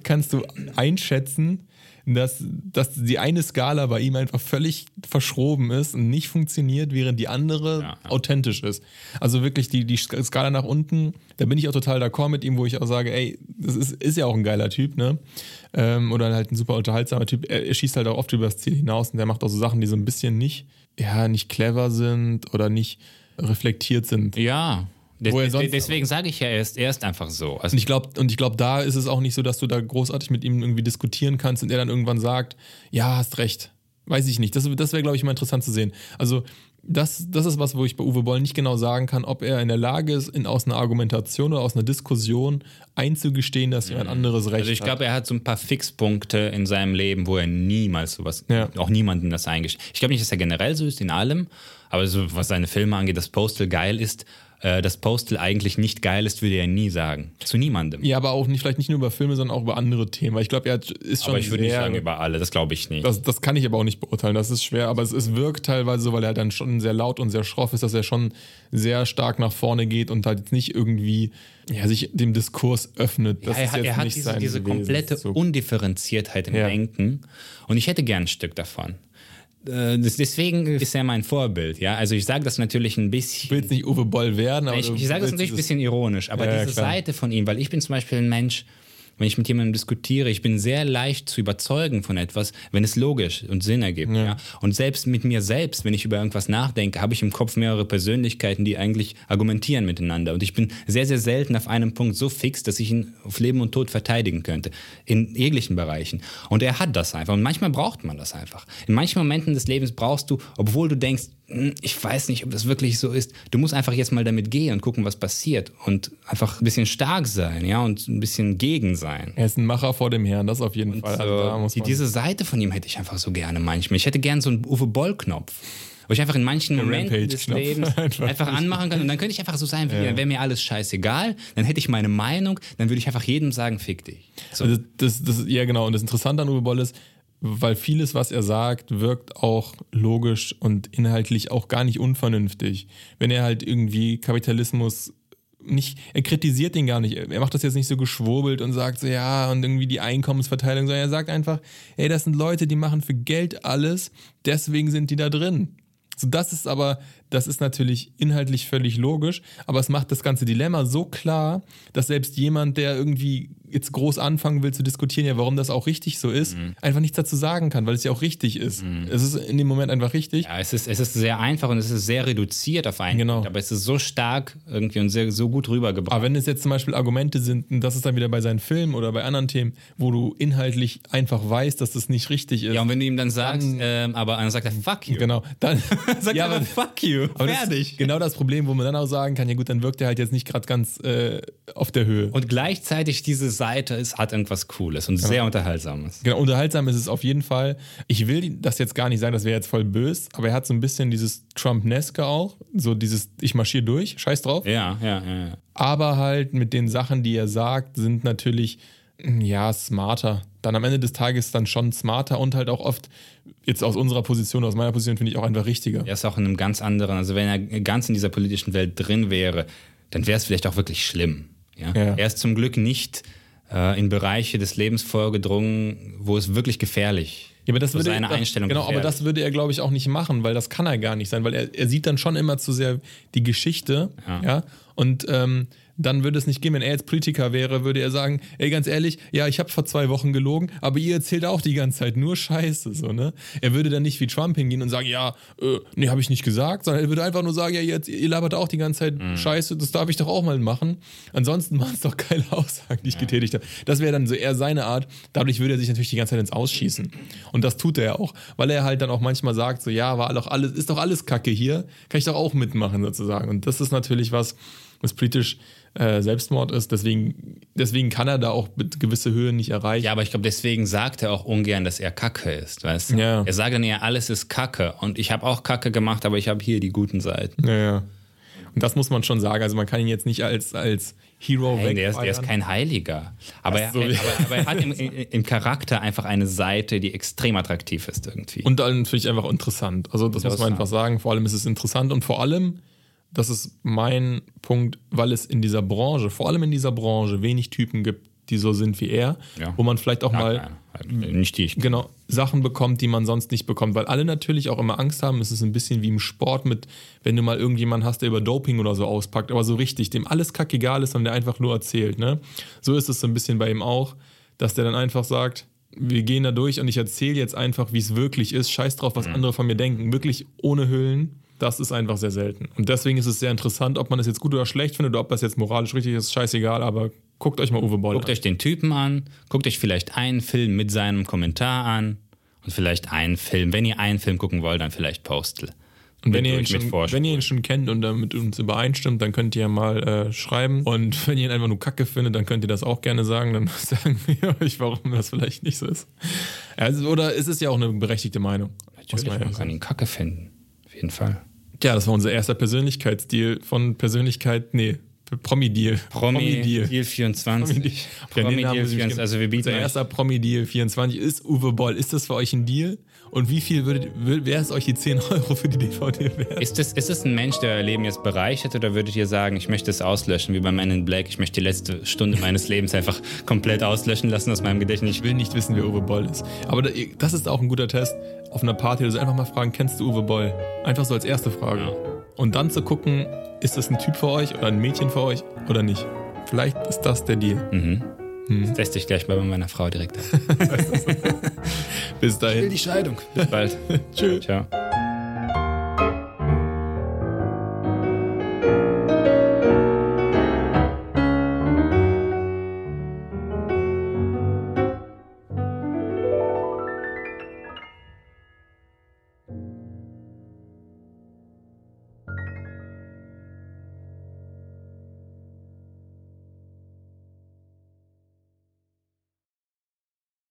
einschätzen, dass die eine Skala bei ihm einfach völlig verschroben ist und nicht funktioniert, während die andere authentisch ist. Also wirklich die Skala nach unten, da bin ich auch total d'accord mit ihm, wo ich auch sage, ey, das ist ja auch ein geiler Typ, ne? Oder halt ein super unterhaltsamer Typ. Er schießt halt auch oft über das Ziel hinaus und der macht auch so Sachen, die so ein bisschen nicht clever sind oder nicht reflektiert sind. Ja. Wo er sonst- Deswegen sage ich ja, er ist einfach so. Also Und ich glaube, da ist es auch nicht so, dass du da großartig mit ihm irgendwie diskutieren kannst und er dann irgendwann sagt, ja, hast recht. weiß ich nicht. Das wäre, glaube ich, mal interessant zu sehen. Also das ist was, wo ich bei Uwe Boll nicht genau sagen kann, ob er in der Lage ist, aus einer Argumentation oder aus einer Diskussion einzugestehen, dass jemand anderes Recht hat. Also ich glaube, er hat so ein paar Fixpunkte in seinem Leben, wo er niemals sowas, auch niemandem das eingesteht. Ich glaube nicht, dass er generell so ist in allem, aber so, was seine Filme angeht, dass Postal geil ist, dass Postal eigentlich nicht geil ist, würde er nie sagen. Zu niemandem. Ja, aber auch vielleicht nicht nur über Filme, sondern auch über andere Themen. Weil ich glaube, er ist schon. Aber ich würde nicht sagen über alle, das glaube ich nicht. Das kann ich aber auch nicht beurteilen, das ist schwer. Aber es wirkt teilweise so, weil er dann schon sehr laut und sehr schroff ist, dass er schon sehr stark nach vorne geht und halt nicht irgendwie sich dem Diskurs öffnet. Das er hat diese komplette Undifferenziertheit im Denken und ich hätte gern ein Stück davon. Deswegen ist er mein Vorbild, ja. Also ich sage das natürlich ein bisschen. Du willst nicht Uwe Boll werden, aber ich sage das natürlich ein bisschen ironisch, aber diese Seite von ihm, weil ich bin zum Beispiel ein Mensch, wenn ich mit jemandem diskutiere, ich bin sehr leicht zu überzeugen von etwas, wenn es logisch und Sinn ergibt. Ja. Und selbst mit mir selbst, wenn ich über irgendwas nachdenke, habe ich im Kopf mehrere Persönlichkeiten, die eigentlich argumentieren miteinander. Und ich bin sehr, sehr selten auf einem Punkt so fix, dass ich ihn auf Leben und Tod verteidigen könnte. In jeglichen Bereichen. Und er hat das einfach. Und manchmal braucht man das einfach. In manchen Momenten des Lebens brauchst du, obwohl du denkst, ich weiß nicht, ob das wirklich so ist. Du musst einfach jetzt mal damit gehen und gucken, was passiert. Und einfach ein bisschen stark sein, ja, und ein bisschen gegen sein. Er ist ein Macher vor dem Herrn, das auf jeden Fall. Also diese Seite von ihm hätte ich einfach so gerne manchmal. Ich hätte gerne so einen Uwe Boll-Knopf, wo ich einfach in manchen Momenten des Lebens einfach anmachen kann und dann könnte ich einfach so sein wie dann wäre mir alles scheißegal, dann hätte ich meine Meinung, dann würde ich einfach jedem sagen, fick dich. So. Also ja, genau. Und das Interessante an Uwe Boll ist, weil vieles, was er sagt, wirkt auch logisch und inhaltlich auch gar nicht unvernünftig. Wenn er halt irgendwie Kapitalismus er kritisiert den gar nicht. Er macht das jetzt nicht so geschwurbelt und sagt so, ja, und irgendwie die Einkommensverteilung, sondern er sagt einfach, ey, das sind Leute, die machen für Geld alles, deswegen sind die da drin. So, das ist natürlich inhaltlich völlig logisch, aber es macht das ganze Dilemma so klar, dass selbst jemand, der irgendwie jetzt groß anfangen will zu diskutieren, ja, warum das auch richtig so ist, einfach nichts dazu sagen kann, weil es ja auch richtig ist. Es ist in dem Moment einfach richtig. Ja, es ist sehr einfach und es ist sehr reduziert auf einen Punkt, aber es ist so stark irgendwie und so gut rübergebracht. Aber wenn es jetzt zum Beispiel Argumente sind, und das ist dann wieder bei seinen Filmen oder bei anderen Themen, wo du inhaltlich einfach weißt, dass das nicht richtig ist. Ja, und wenn du ihm dann sagst, aber dann sagt er, fuck you. Genau, dann sagt er, fuck you. Aber fertig. Genau das Problem, wo man dann auch sagen kann, ja gut, dann wirkt er halt jetzt nicht gerade ganz auf der Höhe. Und gleichzeitig diese Seite hat irgendwas Cooles und sehr Unterhaltsames. Genau, unterhaltsam ist es auf jeden Fall. Ich will das jetzt gar nicht sagen, das wäre jetzt voll böse, aber er hat so ein bisschen dieses Trump-neske auch, so dieses, ich marschiere durch, scheiß drauf. Ja. Aber halt mit den Sachen, die er sagt, sind natürlich, smarter. Dann am Ende des Tages dann schon smarter und halt auch oft, jetzt aus unserer Position, aus meiner Position, finde ich auch einfach richtiger. Er ist auch in einem ganz anderen, also wenn er ganz in dieser politischen Welt drin wäre, dann wäre es vielleicht auch wirklich schlimm. Ja? Er ist zum Glück nicht in Bereiche des Lebens vorgedrungen, wo es wirklich gefährlich ist. Ja, aber das würde seine Einstellung genau, aber das würde er, glaube ich, auch nicht machen, weil das kann er gar nicht sein, weil er sieht dann schon immer zu sehr die Geschichte, und dann würde es nicht gehen, wenn er jetzt Politiker wäre, würde er sagen, ey, ganz ehrlich, ja, ich habe vor 2 Wochen gelogen, aber ihr erzählt auch die ganze Zeit nur Scheiße, so, ne? Er würde dann nicht wie Trump hingehen und sagen, nee, habe ich nicht gesagt, sondern er würde einfach nur sagen, ja, ihr labert auch die ganze Zeit Scheiße, das darf ich doch auch mal machen. Ansonsten waren es doch geile Aussagen, die ich getätigt habe. Das wäre dann so eher seine Art. Dadurch würde er sich natürlich die ganze Zeit ins Ausschießen. Und das tut er ja auch, weil er halt dann auch manchmal sagt, so, ja, ist doch alles Kacke hier, kann ich doch auch mitmachen, sozusagen. Und das ist natürlich was politisch Selbstmord ist, deswegen kann er da auch gewisse Höhen nicht erreichen. Ja, aber ich glaube, deswegen sagt er auch ungern, dass er Kacke ist, weißt du? Ja. Er sagt dann ja, alles ist Kacke und ich habe auch Kacke gemacht, aber ich habe hier die guten Seiten. Ja. Und das muss man schon sagen, also man kann ihn jetzt nicht als Hero wegfeiern. Der ist kein Heiliger, aber er hat im Charakter einfach eine Seite, die extrem attraktiv ist irgendwie. Und dann finde ich einfach interessant, also das muss man einfach sagen, vor allem ist es interessant und vor allem, das ist mein Punkt, weil es vor allem in dieser Branche, wenig Typen gibt, die so sind wie er, wo man vielleicht auch genau, Sachen bekommt, die man sonst nicht bekommt, weil alle natürlich auch immer Angst haben, es ist ein bisschen wie im Sport wenn du mal irgendjemanden hast, der über Doping oder so auspackt, aber so richtig, dem alles kackegal ist und der einfach nur erzählt, ne? So ist es so ein bisschen bei ihm auch, dass der dann einfach sagt, wir gehen da durch und ich erzähle jetzt einfach, wie es wirklich ist, scheiß drauf, was andere von mir denken, wirklich ohne Hüllen. Das ist einfach sehr selten. Und deswegen ist es sehr interessant, ob man das jetzt gut oder schlecht findet oder ob das jetzt moralisch richtig ist, scheißegal, aber guckt euch mal Uwe Boll an. Guckt euch den Typen an, guckt euch vielleicht einen Film mit seinem Kommentar an Und vielleicht einen Film. Wenn ihr einen Film gucken wollt, dann vielleicht Postal. Und wenn ihr ihn schon kennt und damit uns übereinstimmt, dann könnt ihr ja mal schreiben. Und wenn ihr ihn einfach nur Kacke findet, dann könnt ihr das auch gerne sagen. Dann sagen wir euch, warum das vielleicht nicht so ist. Also, oder ist es ja auch eine berechtigte Meinung. Natürlich, man kann ihn Kacke finden. Auf jeden Fall. Ja, das war unser erster Persönlichkeitsdeal von Promi-Deal. Promi-Deal 24. Promi-Deal 24. Also wir bieten unser erster Promi-Deal 24 ist Uwe Boll. Ist das für euch ein Deal? Und wie viel wäre es euch die 10 € für die DVD wert? Ist es ein Mensch, der euer Leben jetzt bereichert, oder würdet ihr sagen, ich möchte es auslöschen, wie bei Men in Black, ich möchte die letzte Stunde meines Lebens einfach komplett auslöschen lassen aus meinem Gedächtnis? Ich will nicht wissen, wer Uwe Boll ist. Aber das ist auch ein guter Test. Auf einer Party, also einfach mal fragen, kennst du Uwe Boll? Einfach so als erste Frage. Ja. Und dann zu gucken, ist das ein Typ für euch oder ein Mädchen für euch oder nicht? Vielleicht ist das der Deal. Das lässt sich gleich bei meiner Frau direkt an. Bis dahin. Ich will die Scheidung. Bis bald. Tschüss. Ciao.